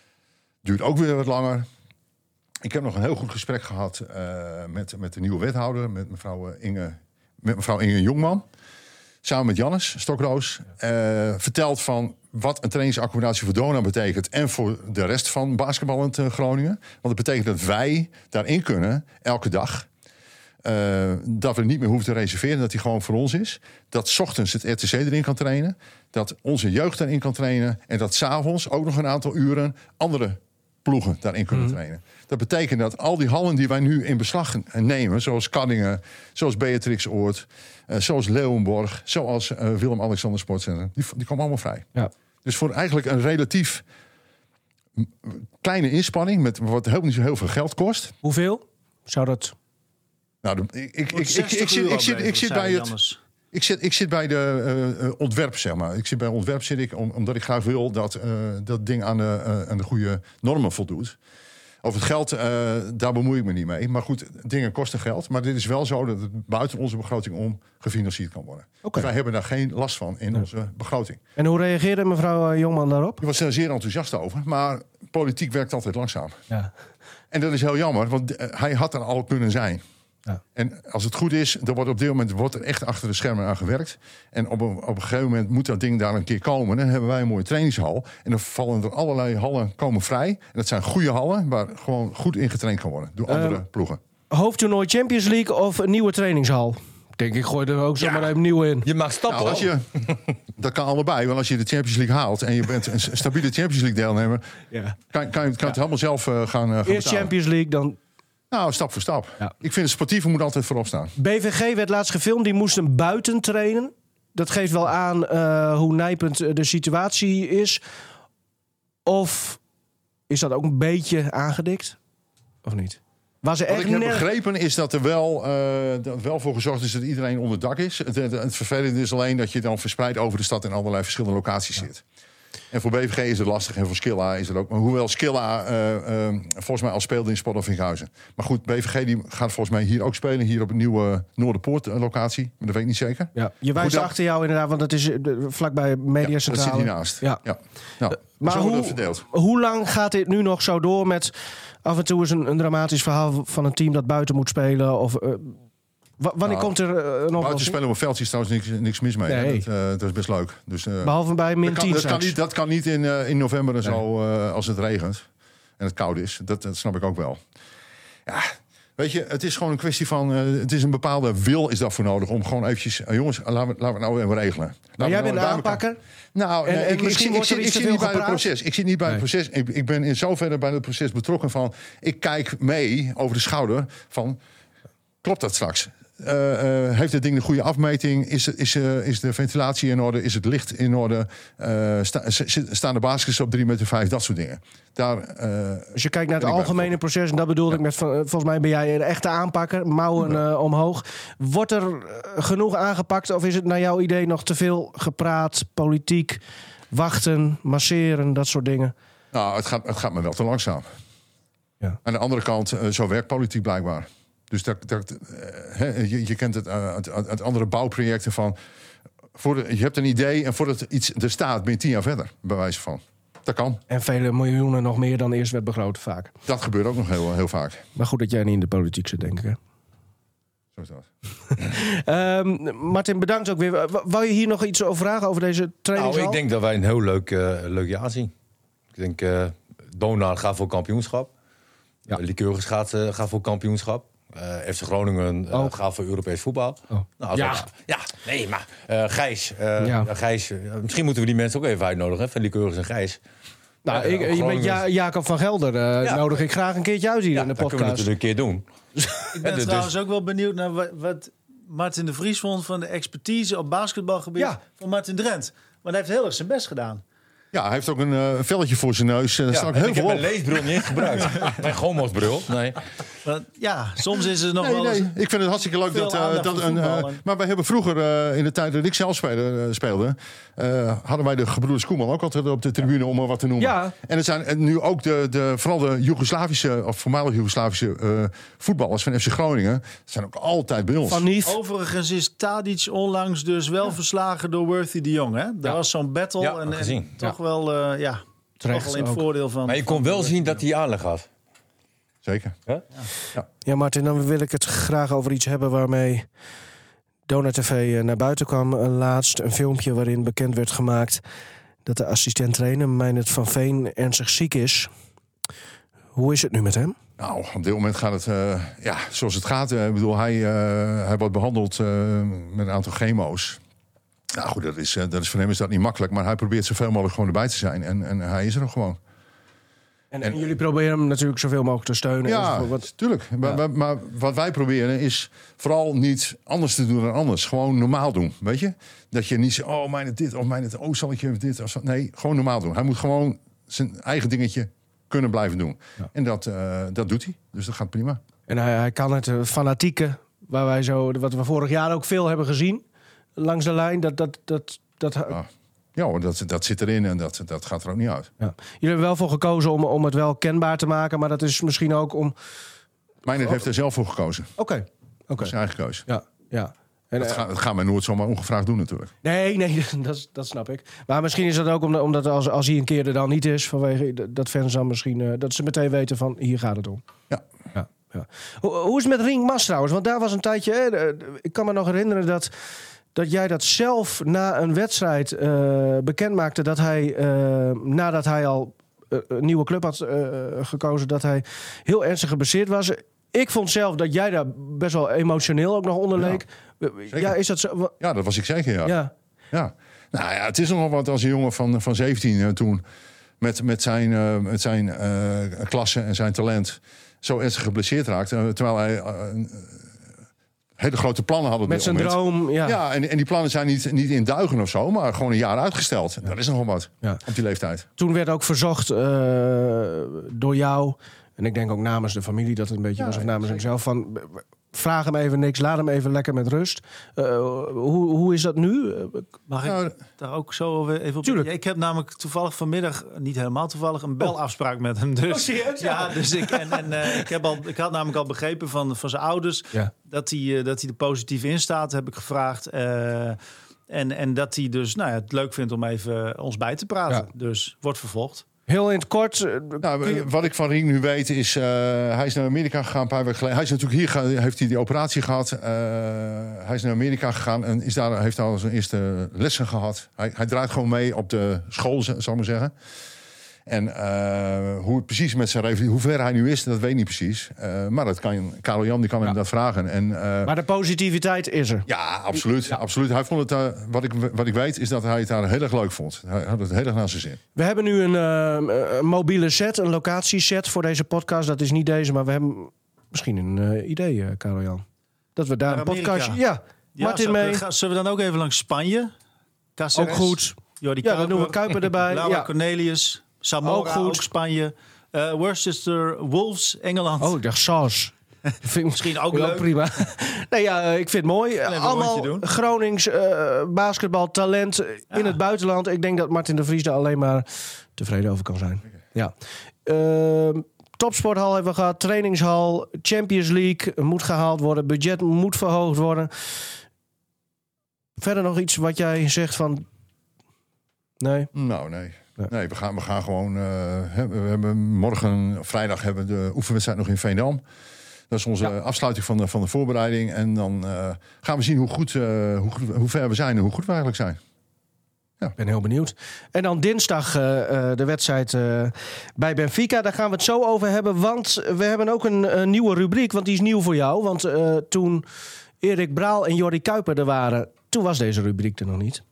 Duurt ook weer wat langer. Ik heb nog een heel goed gesprek gehad uh, met, met de nieuwe wethouder, met mevrouw Inge, met mevrouw Inge Jongman. Samen met Jannes Stokroos. Uh, verteld van wat een trainingsaccommodatie voor Dona betekent en voor de rest van basketbal in Groningen. Want het betekent dat wij daarin kunnen, elke dag. Uh, dat we niet meer hoeven te reserveren, dat die gewoon voor ons is. Dat 's ochtends het R T C erin kan trainen. Dat onze jeugd erin kan trainen. En dat 's avonds ook nog een aantal uren andere ploegen daarin kunnen mm. trainen. Dat betekent dat al die hallen die wij nu in beslag nemen, zoals Kaddingen, zoals Beatrixoord, uh, zoals Leeuwenborg, zoals uh, Willem-Alexander Sportcentrum, die, die komen allemaal vrij. Ja. Dus voor eigenlijk een relatief kleine inspanning, met wat helemaal niet zo heel veel geld kost. Hoeveel zou dat? Nou, ik, ik, ik, ik, ik, ik, zit, ik, zit, ik zit bij het. Ik zit, ik zit bij de uh, ontwerp, zeg maar. Ik zit bij ontwerp zit ik om, omdat ik graag wil dat uh, dat ding aan de, uh, aan de goede normen voldoet. Over het geld, uh, daar bemoei ik me niet mee. Maar goed, dingen kosten geld. Maar dit is wel zo dat het buiten onze begroting om gefinancierd kan worden. Okay. Dus wij hebben daar geen last van in ja. onze begroting. En hoe reageerde mevrouw Jongman daarop? Ik was er zeer enthousiast over. Maar politiek werkt altijd langzaam. Ja. En dat is heel jammer, want uh, hij had er al kunnen zijn. Ja. En als het goed is, dan wordt op dit moment wordt er echt achter de schermen aan gewerkt. En op een, op een gegeven moment moet dat ding daar een keer komen. Dan hebben wij een mooie trainingshal. En dan vallen er allerlei hallen komen vrij. En dat zijn goede hallen waar gewoon goed in getraind kan worden door andere uh, ploegen. Hoofdtoernooi Champions League of een nieuwe trainingshal? Denk ik, gooi er ook zomaar ja. even nieuw in. Je mag stappen. Nou, als je, dat kan allebei. Want als je de Champions League haalt en je bent een stabiele Champions League deelnemer, ja. kan, kan je kan ja. het helemaal zelf uh, gaan, uh, gaan Eerst betalen. Champions League, dan... Nou, stap voor stap. Ja. Ik vind het sportieve moet altijd voorop staan. B V G werd laatst gefilmd, die moesten buiten trainen. Dat geeft wel aan uh, hoe nijpend de situatie is. Of is dat ook een beetje aangedikt? Of niet? Was er Wat echt ik heb nerg... begrepen is dat er wel, uh, dat wel voor gezorgd is dat iedereen onder dak is. Het, het, het vervelende is alleen dat je dan verspreid over de stad in allerlei verschillende locaties ja. zit. En voor B V G is het lastig en voor Skilla is het ook. Maar hoewel Skilla uh, uh, volgens mij al speelde in Sport of Vinkhuizen. Maar goed, B V G die gaat volgens mij hier ook spelen. Hier op een nieuwe Noorderpoort locatie. Maar dat weet ik niet zeker. Ja. Je wijst dat... achter jou inderdaad, want dat is vlakbij Mediacentrale. Ja, dat zit hiernaast. Ja. Ja. Nou, uh, maar hoe, hoe lang gaat dit nu nog zo door met af en toe eens een, een dramatisch verhaal van een team dat buiten moet spelen? Of... Uh, W- wanneer nou, komt er uh, een oplossing? Buiten spelen op een veldje is trouwens niks, niks mis mee. Nee. Dat, uh, dat is best leuk. Dus, uh, Behalve bij min tien. Dat, dat, dat kan niet in, uh, in november en nee. zo uh, als het regent en het koud is. Dat, dat snap ik ook wel. Ja, weet je, het is gewoon een kwestie van... Uh, het is een bepaalde wil is daarvoor nodig om gewoon eventjes... Uh, jongens, laten we, laten we het nou even regelen. Maar jij bent de aanpakker? Nou, en, nee, en ik, ik, ik, ik, zit, ik zit niet bij het proces. Ik zit niet bij nee. het proces. Ik, ik ben in zoverre bij het proces betrokken van... Ik kijk mee over de schouder van... Klopt dat straks? Uh, uh, heeft het ding de goede afmeting? Is, is, uh, is de ventilatie in orde? Is het licht in orde? Uh, sta, staan de baskets op drie meter vijf? Dat soort dingen. Daar, uh, Als je kijkt naar het algemene proces, en dat bedoelde ja. ik met... Volgens mij ben jij een echte aanpakker. Mouwen uh, omhoog. Wordt er uh, genoeg aangepakt? Of is het naar jouw idee nog te veel gepraat? Politiek, wachten, masseren, dat soort dingen? Nou, het gaat, het gaat me wel te langzaam. Ja. Aan de andere kant, uh, zo werkt politiek blijkbaar. Dus dat, dat, uh, je, je kent het uit uh, uh, andere bouwprojecten van... Voor de, je hebt een idee en voordat iets er staat, ben je tien jaar verder, bij wijze van. Dat kan. En vele miljoenen nog meer dan eerst werd begroot, vaak. Dat gebeurt ook nog heel, heel vaak. Maar goed dat jij niet in de politiek zit, denk ik, hè? Zo is dat. um, Martin, bedankt ook weer. Wou je hier nog iets over vragen, over deze trainingshal? Nou, ik denk dat wij een heel leuk, uh, leuk jaar zien. Ik denk, uh, Donar gaat voor kampioenschap. Ja. Lycurgus gaat, uh, gaat voor kampioenschap. Uh, F C Groningen uh, gaat voor Europees voetbal. Oh. Nou, ja. Dat, ja, nee, maar uh, Gijs, uh, ja. Gijs uh, misschien moeten we die mensen ook even uitnodigen, van Lycurgus en Gijs. Nou, uh, ik, je bent ja, Jacob van Gelder. Uh, ja. Nodig ik graag een keertje uit hier ja, in de podcast. Dat kunnen we het een keer doen. Ik ben trouwens ook wel benieuwd naar wat, wat Martin de Vries vond van de expertise op basketbalgebied ja. van Martin Drent. Want hij heeft heel erg zijn best gedaan. Ja, hij heeft ook een uh, velletje voor zijn neus. Uh, ja, heel ik heb mijn leesbril niet gebruikt. Mijn gomosbril. Nee. Maar, ja, soms is het nog nee, wel nee. eens... Ik vind het hartstikke leuk dat... Uh, dat een, uh, maar wij hebben vroeger, uh, in de tijd dat ik zelf speelde, uh, speelde uh, hadden wij de gebroeders Koeman ook altijd op de tribune, ja. om maar wat te noemen. Ja. En het zijn nu ook de, de, vooral de Joegoslavische, of voormalig Joegoslavische uh, voetballers van F C Groningen. zijn ook altijd bij ons. Van Nief. Overigens is Tadic onlangs dus wel ja. verslagen door Worthy de Jong. Hè? Daar ja. was zo'n battle ja, en, en toch ja. wel... Uh, ja. Toch wel in het voordeel van... Maar je kon wel zien dat hij aanleg had. Zeker. Ja? Ja. ja, Martin, dan wil ik het graag over iets hebben waarmee Donar T V naar buiten kwam. Laatst een filmpje waarin bekend werd gemaakt dat de assistent-trainer Meijnerd van Veen ernstig ziek is. Hoe is het nu met hem? Nou, op dit moment gaat het uh, ja, zoals het gaat. Uh, ik bedoel, hij, uh, hij wordt behandeld uh, met een aantal chemo's. Nou goed, dat is, dat is voor hem is dat niet makkelijk. Maar hij probeert zoveel mogelijk gewoon erbij te zijn. En, en hij is er nog gewoon. En, en jullie proberen hem natuurlijk zoveel mogelijk te steunen. Ja, natuurlijk. Ja. Maar, maar, maar wat wij proberen is vooral niet anders te doen dan anders. Gewoon normaal doen, weet je? Dat je niet zegt, oh, mijn het dit, of mijn het, oh, zal ik je dit? Of zo. Nee, gewoon normaal doen. Hij moet gewoon zijn eigen dingetje kunnen blijven doen. Ja. En dat, uh, dat doet hij. Dus dat gaat prima. En hij, hij kan het uh, fanatieke, waar wij zo, wat we vorig jaar ook veel hebben gezien, langs de lijn, dat... dat, dat, dat ja. Ja hoor, dat, dat zit erin en dat, dat gaat er ook niet uit. Ja. Jullie hebben wel voor gekozen om, om het wel kenbaar te maken, maar dat is misschien ook om... Meijnerd heeft er zelf voor gekozen. Oké. Okay. Okay. Dat is zijn eigen keuze. Ja, ja. En, dat, ga, dat gaan wij nooit zomaar ongevraagd doen natuurlijk. Nee, nee, dat, dat snap ik. Maar misschien is dat ook omdat, omdat als, als hij een keer er dan niet is, vanwege dat fans dan misschien, uh, dat ze meteen weten van hier gaat het om. Ja. ja, ja. Hoe, hoe is het met Ring Mas trouwens? Want daar was een tijdje, hè, ik kan me nog herinneren dat... dat jij dat zelf na een wedstrijd uh, bekend maakte... dat hij, uh, nadat hij al uh, een nieuwe club had uh, gekozen... dat hij heel ernstig geblesseerd was. Ik vond zelf dat jij daar best wel emotioneel ook nog onder leek. Ja, ja, is dat zo? Ja, dat was ik zeker, ja. ja. ja. Nou ja, het is nogal wat als een jongen van, van zeventien uh, toen... met, met zijn, uh, met zijn uh, klasse en zijn talent zo ernstig geblesseerd raakt. Uh, terwijl hij... Uh, hele grote plannen hadden. Met zijn droom, ja. Ja, en, en die plannen zijn niet, niet in duigen of zo, maar gewoon een jaar uitgesteld. Ja. Dat is nogal wat, ja. Op die leeftijd. Toen werd ook verzocht uh, door jou, en ik denk ook namens de familie dat het een beetje ja, was, of namens hemzelf, van vraag hem even niks, laat hem even lekker met rust. Uh, hoe, hoe is dat nu? Mag nou, ik daar ook zo even op? Tuurlijk. Ik heb namelijk toevallig vanmiddag, niet helemaal toevallig, een belafspraak met hem. Dus, oh, serieus? Ja, dus ik, en, en, uh, ik, heb al, ik had namelijk al begrepen van, van zijn ouders ja. dat, hij, uh, dat hij er positief in staat, heb ik gevraagd. Uh, en, en dat hij dus nou ja, het leuk vindt om even ons bij te praten. Ja. Dus wordt vervolgd. Heel in het kort. Nou, wat ik van Ring nu weet is, uh, hij is naar Amerika gegaan een paar weken geleden. Hij is natuurlijk hier, ge- heeft hij die operatie gehad. Uh, hij is naar Amerika gegaan en is daar, heeft daar zijn eerste lessen gehad. Hij, hij draait gewoon mee op de school, zal ik maar zeggen. En uh, hoe het precies met zijn revalidatie, hoe ver hij nu is, dat weet ik niet precies. Uh, maar dat kan Karel Jan, die kan ja. hem dat vragen. En, uh, maar de positiviteit is er. Ja, absoluut. Ja. absoluut. Hij vond het, uh, wat, ik, wat ik weet, is dat hij het daar heel erg leuk vond. Hij had het heel erg naar zijn zin. We hebben nu een, uh, een mobiele set, een locatieset voor deze podcast. Dat is niet deze, maar we hebben misschien een uh, idee, uh, Karel Jan. Dat we daar naar een podcast. Ja, ja Martin mee. We, zullen we dan ook even langs Spanje? Caceres, ook goed. Jordi ja, dan noemen we Kuiper erbij. Laura ja. Cornelius. Samora, ook, goed. ook Spanje. Uh, Worcester, Wolves, Engeland. Oh, ik dacht Saus. Vind misschien ook leuk. Prima. Nee, ja, ik vind het mooi. Allemaal Gronings uh, basketbaltalent ja. in het buitenland. Ik denk dat Martin de Vries daar alleen maar tevreden over kan zijn. Ja. Uh, topsporthal hebben we gehad. Trainingshal. Champions League moet gehaald worden. Budget moet verhoogd worden. Verder nog iets wat jij zegt van... Nee? Nou, nee. Nee, we gaan, we gaan gewoon... Uh, we hebben morgen, vrijdag, hebben we de oefenwedstrijd nog in Veendam. Dat is onze ja. afsluiting van de, van de voorbereiding. En dan uh, gaan we zien hoe, goed, uh, hoe, hoe ver we zijn en hoe goed we eigenlijk zijn. Ja. Ik ben heel benieuwd. En dan dinsdag uh, uh, de wedstrijd uh, bij Benfica. Daar gaan we het zo over hebben. Want we hebben ook een, een nieuwe rubriek. Want die is nieuw voor jou. Want uh, toen Erik Braal en Jordi Kuiper er waren... toen was deze rubriek er nog niet.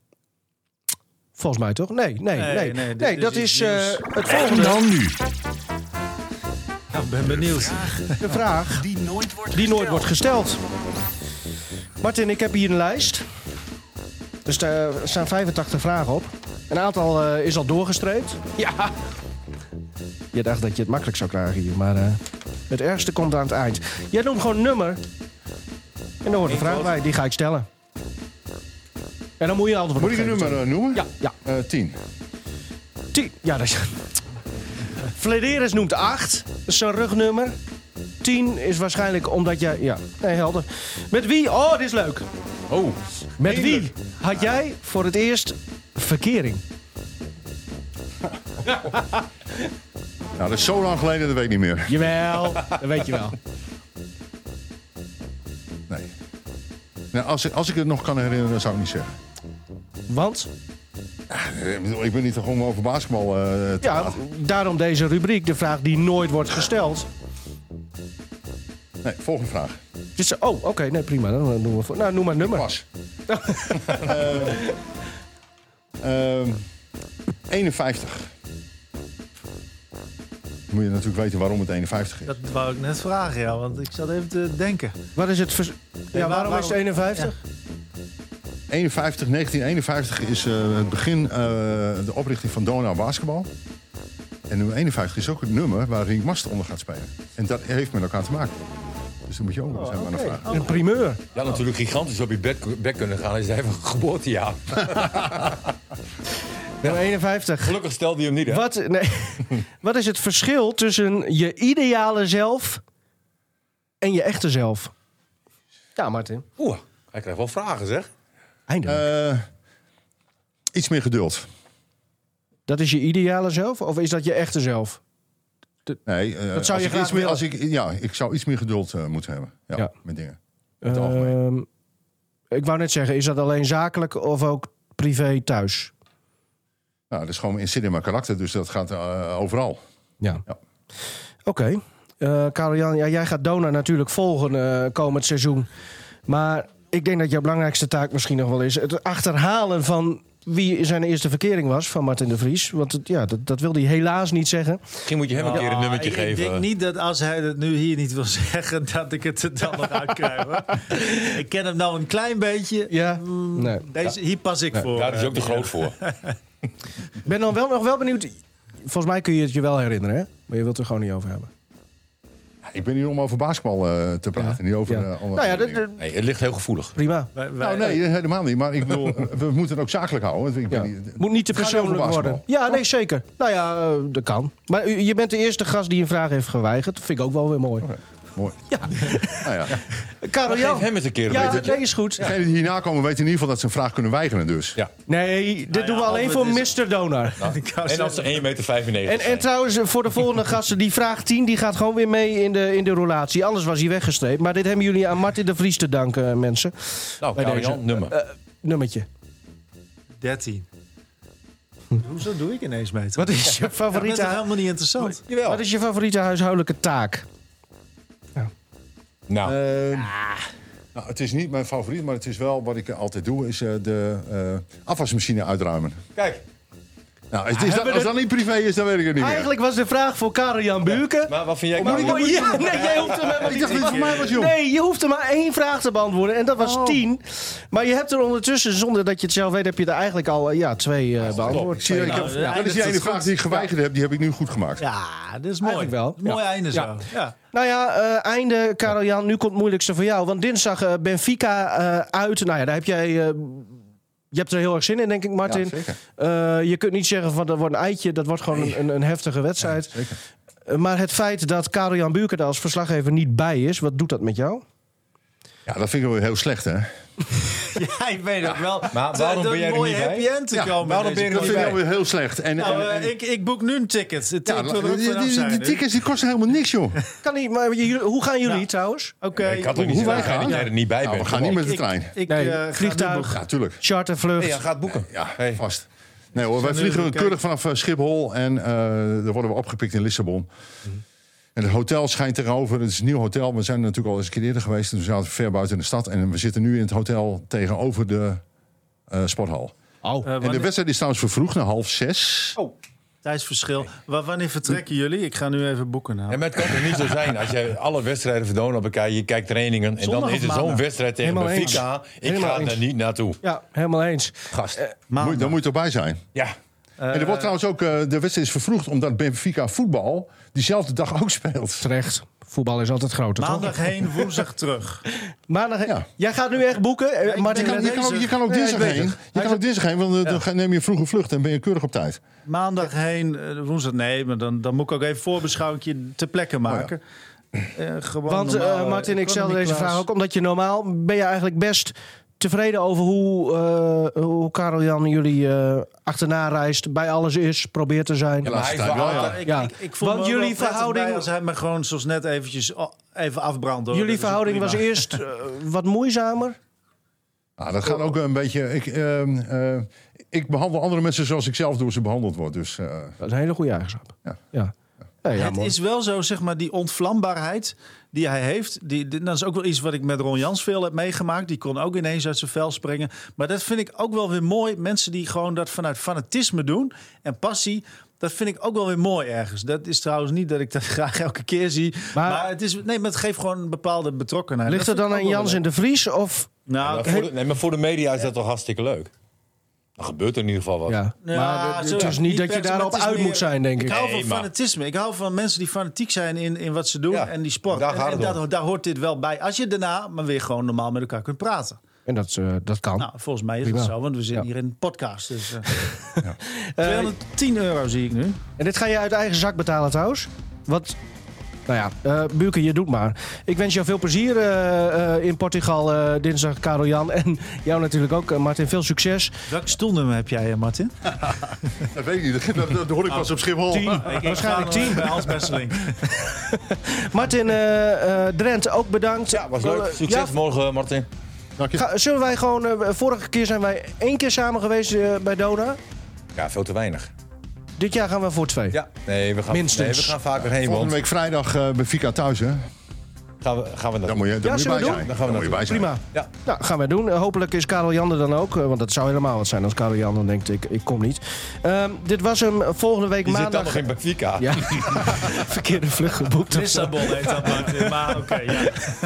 Volgens mij toch? Nee, nee, nee. Nee, nee, nee dat is uh, het volgende. En dan nu. Nou, ik ben benieuwd. De vraag die nooit wordt, die nooit wordt gesteld. Martin, ik heb hier een lijst. Dus er staan vijfentachtig vragen op. Een aantal uh, is al doorgestreept. Ja. Je dacht dat je het makkelijk zou krijgen hier. Maar uh, het ergste komt aan het eind. Jij noemt gewoon een nummer. En dan hoort de vraag bij. Die ga ik stellen. En dan moet je antwoord Moet ik een nummer uh, noemen? Ja. ja. Uh, tien. Tien. Ja, dat is... Flederis noemt acht. Dat is zo'n rugnummer. Tien is waarschijnlijk omdat jij... Ja, nee, helder. Met wie... Oh, dit is leuk. Oh. Met wie had jij voor het eerst verkering? Nou, dat is zo lang geleden, dat weet ik niet meer. Jawel, dat weet je wel. Nee. Nou, als, ik, als ik het nog kan herinneren, dan zou ik niet zeggen. Want? Ik ben niet toch om over basketbal uh, te Ja, praten. Daarom deze rubriek, de vraag die nooit wordt gesteld. Nee, volgende vraag. Dus, oh, oké, okay, nee, prima. Dan doen we, nou, noem maar een nummer. Pas. uh, uh, eenenvijftig. moet je natuurlijk weten waarom het eenenvijftig is. Dat wou ik net vragen, ja, want ik zat even te denken. Wat is het vers- ja, waar- waarom is het waarom- eenenvijftig? eenenvijftig, negentien eenenvijftig is uh, het begin, uh, de oprichting van Donau Basketbal. En nummer eenenvijftig is ook het nummer waar Rienk Mast onder gaat spelen. En dat heeft met elkaar te maken. Dus dan moet je ook nog eens helemaal naar vragen. Een primeur. Ja, natuurlijk gigantisch op je bek, bek kunnen gaan. Is hij even geboortejaar. Nummer eenenvijftig. Gelukkig stelde hij hem niet, hè? Wat, nee. Wat is het verschil tussen je ideale zelf en je echte zelf? Ja, Martin. Oeh, hij krijgt wel vragen, zeg. Eindelijk. Uh, iets meer geduld. Dat is je ideale zelf of is dat je echte zelf? Nee, uh, Dat zou als je ik graag iets meer, willen. als ik, ja, ik zou iets meer geduld uh, moeten hebben. Ja, Ja. met dingen. In het algemeen. Ehm, ik wou net zeggen, is dat alleen zakelijk of ook privé thuis? Nou, dat is gewoon in zin in mijn karakter, dus dat gaat uh, overal. Ja. Ja. Oké. Okay. Karel-Jan, ja, jij gaat Dona natuurlijk volgen uh, komend seizoen. Maar ik denk dat jouw belangrijkste taak misschien nog wel is het achterhalen van wie zijn eerste verkering was van Martin de Vries. Want het, ja, dat, dat wil hij helaas niet zeggen. Misschien moet je hem een keer een Ah, nummertje ik, geven. Ik denk niet dat als hij het nu hier niet wil zeggen, dat ik het er dan nog uitkrijg. Hoor. Ik ken hem nou een klein beetje. Ja. Nee. Deze, hier pas ik voor. Daar is hij ook te groot voor. Ik ben dan wel nog wel benieuwd. Volgens mij kun je het je wel herinneren, hè? Maar je wilt het er gewoon niet over hebben. Ik ben hier om over basketbal uh, te praten, niet over Ja. uh, andere Nou ja, dat, dingen. dat- Nee, het ligt heel gevoelig. prima. Wij- wij- Nou, nee, helemaal niet. Maar ik bedoel, we moeten het ook zakelijk houden. Want ik Ja. ben niet, Moet niet te Het gaat persoonlijk over worden. basketbal. Ja, nee, zeker. Nou ja, uh, dat kan. Maar u- je bent de eerste gast die een vraag heeft geweigerd. Dat vind ik ook wel weer mooi. mooi. Ja. Nou ja. Karel Geef Jan. hem eens een keer een Ja, beetje. nee, is goed. Degenen die hierna komen weten in ieder geval dat ze een vraag kunnen weigeren dus. Ja. Nee, dit Nou ja, doen we alleen of voor het is- mister Donar. En als ze één meter vijfennegentig En, en trouwens, voor de volgende gasten, die vraag tien die gaat gewoon weer mee in de, in de roulatie. Anders was hij weggestreept. Maar dit hebben jullie aan Martin de Vries te danken, mensen. Nou, bij Karel-Jan, deze. nummer. Uh, nummertje. dertien. Hoezo doe ik ineens mee? Wat is je Dat is favoriete, toch helemaal niet interessant? Jawel. wat is je favoriete huishoudelijke taak? Nou, Uh, nou, het is niet mijn favoriet, maar het is wel wat ik altijd doe, is uh, de uh, afwasmachine uitruimen. kijk. Nou, het is hebben dat, we als de- dat niet privé is, dan weet ik het niet meer. Eigenlijk was de vraag voor Karel-Jan Buurken. Maar wat vind jij? Oh, maar- Karel-Jan? ja, nee, jij hoeft er maar Ik dacht dat het voor mij was, joh. Nee, je hoeft er maar één vraag te beantwoorden. En dat was Oh. tien. Maar je hebt er ondertussen, zonder dat je het zelf weet, heb je er eigenlijk al uh, ja, twee uh, beantwoord. Ik zie, ik Nou, heb, ja, dat is die dat ene is vraag goed. die ik geweigerd heb, die heb ik nu goed gemaakt. Ja, dat is mooi. Eigenlijk wel. Mooi Ja. einde Ja. zo. Ja. Nou ja, uh, einde, Karel-Jan. Nu komt het moeilijkste voor jou. Want dinsdag uh, Benfica uh, uit. Nou ja, daar heb jij... Uh, je hebt er heel erg zin in, denk ik, Martin. Ja, zeker. Uh, je kunt niet zeggen van dat wordt een eitje. Dat wordt gewoon een, een heftige wedstrijd. Zeker. Uh, maar het feit dat Karel-Jan Buurken er als verslaggever niet bij is, wat doet dat met jou? Ja, dat vind ik wel heel slecht, hè? Ja, ik weet het wel. Maar waarom ben jij er mooie niet bij? happy end te Ja, komen. waarom in deze ben je er Dat niet vind ik bij? wel heel slecht. En, Nou, en, en- eh, ik, ik boek nu een ticket. Het ja, ik wil er ook die, vanaf die, zijn. die hè. tickets die kosten helemaal niks, joh. Kan niet, maar je- hoe gaan jullie Ja. trouwens? Oké. Ik had ook Hoe niet wij zeggen gaan? dat jij er niet bij Nou, bent. we gaan Kom niet op. met de trein. Ik, Nee, eh, ga vliegtuig. nu boeken. Ja, tuurlijk. Chartervlucht. Nee, ja, gaat boeken. Ja, Hey. vast. Nee hoor, wij nu vliegen even keurig vanaf uh, Schiphol en uh, dan worden we opgepikt in Lissabon. Mhm. En het hotel schijnt tegenover, het is een nieuw hotel. We zijn er natuurlijk al eens een keer eerder geweest. Dus we zaten ver buiten de stad. En we zitten nu in het hotel tegenover de uh, sporthal. Oh. Eh, En de wanneer- wedstrijd is trouwens vervroegd naar half zes. Tijdsverschil. Wa- Wanneer vertrekken jullie? Ik ga nu even boeken. Nou. En maar het kan toch niet zo zijn als je alle wedstrijden verdonen op elkaar, je kijkt trainingen en Zondag dan is of er zo'n maandag? wedstrijd tegen Helemaal Benfica. Ik Helemaal ga eens. er niet naartoe. Ja, helemaal eens. Gast. Moet je- Daar moet je toch bij zijn. Ja. en er wordt trouwens ook, uh, de wedstrijd is vervroegd omdat Benfica voetbal diezelfde dag ook speelt. Terecht. Voetbal is altijd groter, toch? Maandag heen, woensdag terug. Maandag. Ja. Jij gaat nu echt boeken? Eh, ik Martin, Je kan, je kan ook, je kan ook Nee, dinsdag hij is heen. bezig. Je Hij kan is- ook dinsdag heen, want uh, dan ga- neem je een vroege vlucht en ben je keurig op tijd. Maandag heen, eh, woensdag nee, maar dan, dan moet ik ook even voorbeschouwing ter plekke maken. Eh, gewoon Want uh, normaal, Martin, eh, ik stelde economy deze class. vraag ook omdat je normaal ben je eigenlijk best tevreden over hoe, uh, hoe Karel-Jan jullie uh, achterna reist, bij alles is, probeert te zijn. Ja, maar hij is wel wel, ja. altijd- Ik, Ja. ik, ik voel Want me jullie wel prettig verhouding- bij als hij me gewoon zoals net eventjes oh, even afbrandt. hoor. jullie Dat is verhouding was prima. eerst uh, wat moeizamer. Nou, dat gaat ook een beetje. Ik, uh, uh, ik behandel andere mensen zoals ik zelf door ze behandeld word. Dus uh, Dat is een hele goede eigenschap. Ja. ja. Nee, ja, Het mooi. is wel zo, zeg maar, die ontvlambaarheid die hij heeft. Die, die- dat is ook wel iets wat ik met Ron Jans veel heb meegemaakt. Die kon ook ineens uit zijn vel springen. Maar dat vind ik ook wel weer mooi. Mensen die gewoon dat vanuit fanatisme doen en passie. Dat vind ik ook wel weer mooi ergens. Dat is trouwens niet dat ik dat graag elke keer zie. Maar, maar het, is, nee, maar het geeft gewoon een bepaalde betrokkenheid. Ligt er dan aan Jans in de Vries? Of... Nou, Ja, maar voor de, nee, maar voor de media is dat toch hartstikke leuk? Dan gebeurt er in ieder geval wat. Ja. Ja, maar het zo- is niet dat je per se, daarop maar het is uit meer- moet zijn, denk ik. Ik hou van Nee, maar- fanatisme. Ik hou van mensen die fanatiek zijn in, in wat ze doen Ja, en die sport. daar En, gaat en het om. dat, daar hoort dit wel bij. Als je daarna maar weer gewoon normaal met elkaar kunt praten. En dat, uh, dat kan. Nou, volgens mij is Prima. het zo, want we zitten Ja. hier in een podcast. Dus, uh, Ja. tweehonderdtien euro zie ik nu. En dit ga je uit eigen zak betalen trouwens. Wat... Nou ja, uh, Buurke, je doet maar. Ik wens jou veel plezier uh, uh, in Portugal uh, dinsdag, Karel Jan. En jou natuurlijk ook, uh, Martin. Veel succes. Welk stoelnummer heb jij, Martin? Dat weet ik niet. Dat, dat hoor ik pas op Schiphol. Tien. Waarschijnlijk tien. Bij Hans Besseling. Martin uh, uh, Drent, ook bedankt. Ja, was Uh, leuk. Succes ja, morgen, Martin. Dank je. ga- zullen wij gewoon... Uh, vorige keer zijn wij één keer samen geweest uh, bij Dona. Ja, veel te weinig. Dit jaar gaan we voor twee. Ja, nee, we gaan, Minstens. Nee, we gaan vaker heen, Volgende want week vrijdag uh, bij Fika thuis, hè? gaan we, gaan we dat Daar moet je, daar Ja, moet je zullen bij we zijn. doen? Dan gaan we Daar moet je bij zijn. Prima. Ja. Nou, gaan wij doen. Uh, hopelijk is Karel Jan er dan ook. Uh, want dat zou helemaal wat zijn als Karel Jan dan denkt ik, ik kom niet. Um, dit was hem. Volgende week Die zit dan maandag... nog in Benfica. Ja, verkeerde vlucht geboekt. of zo. Lissabon heet dat, Martin. Maar oké, ja.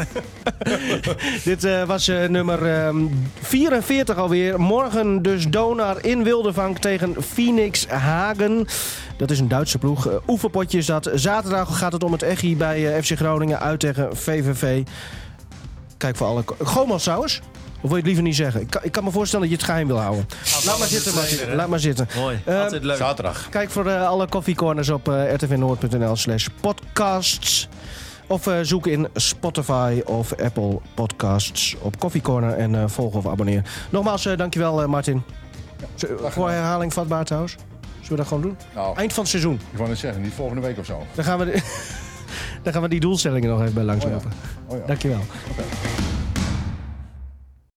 Dit uh, was uh, nummer um, vierenveertig alweer. Morgen dus Donar in Wildervank tegen Phoenix Hagen. Dat is een Duitse ploeg. Uh, oefenpotje is dat. Zaterdag gaat het om het Echi bij uh, F C Groningen uit tegen V V V. Kijk voor alle... Gomos trouwens? Of wil je het liever niet zeggen? Ik kan, ik kan me voorstellen dat je het geheim wil houden. Laat maar zitten, Martin. Laat maar zitten. Mooi. Ehm, Altijd leuk. Zaterdag. Kijk voor uh, alle koffiecorners op uh, r t v noord punt n l slash podcasts. Of uh, zoek in Spotify of Apple Podcasts op Coffee Corner en uh, volg of abonneer. Nogmaals, uh, dankjewel uh, Martin. Z- voor herhaling vatbaar trouwens. Zullen we dat gewoon doen? Nou, Eind van het seizoen. ik wou net zeggen, niet volgende week of zo. Dan gaan we, de, dan gaan we die doelstellingen nog even bij langslopen. Oh ja. Oh ja. Dankjewel. Oké.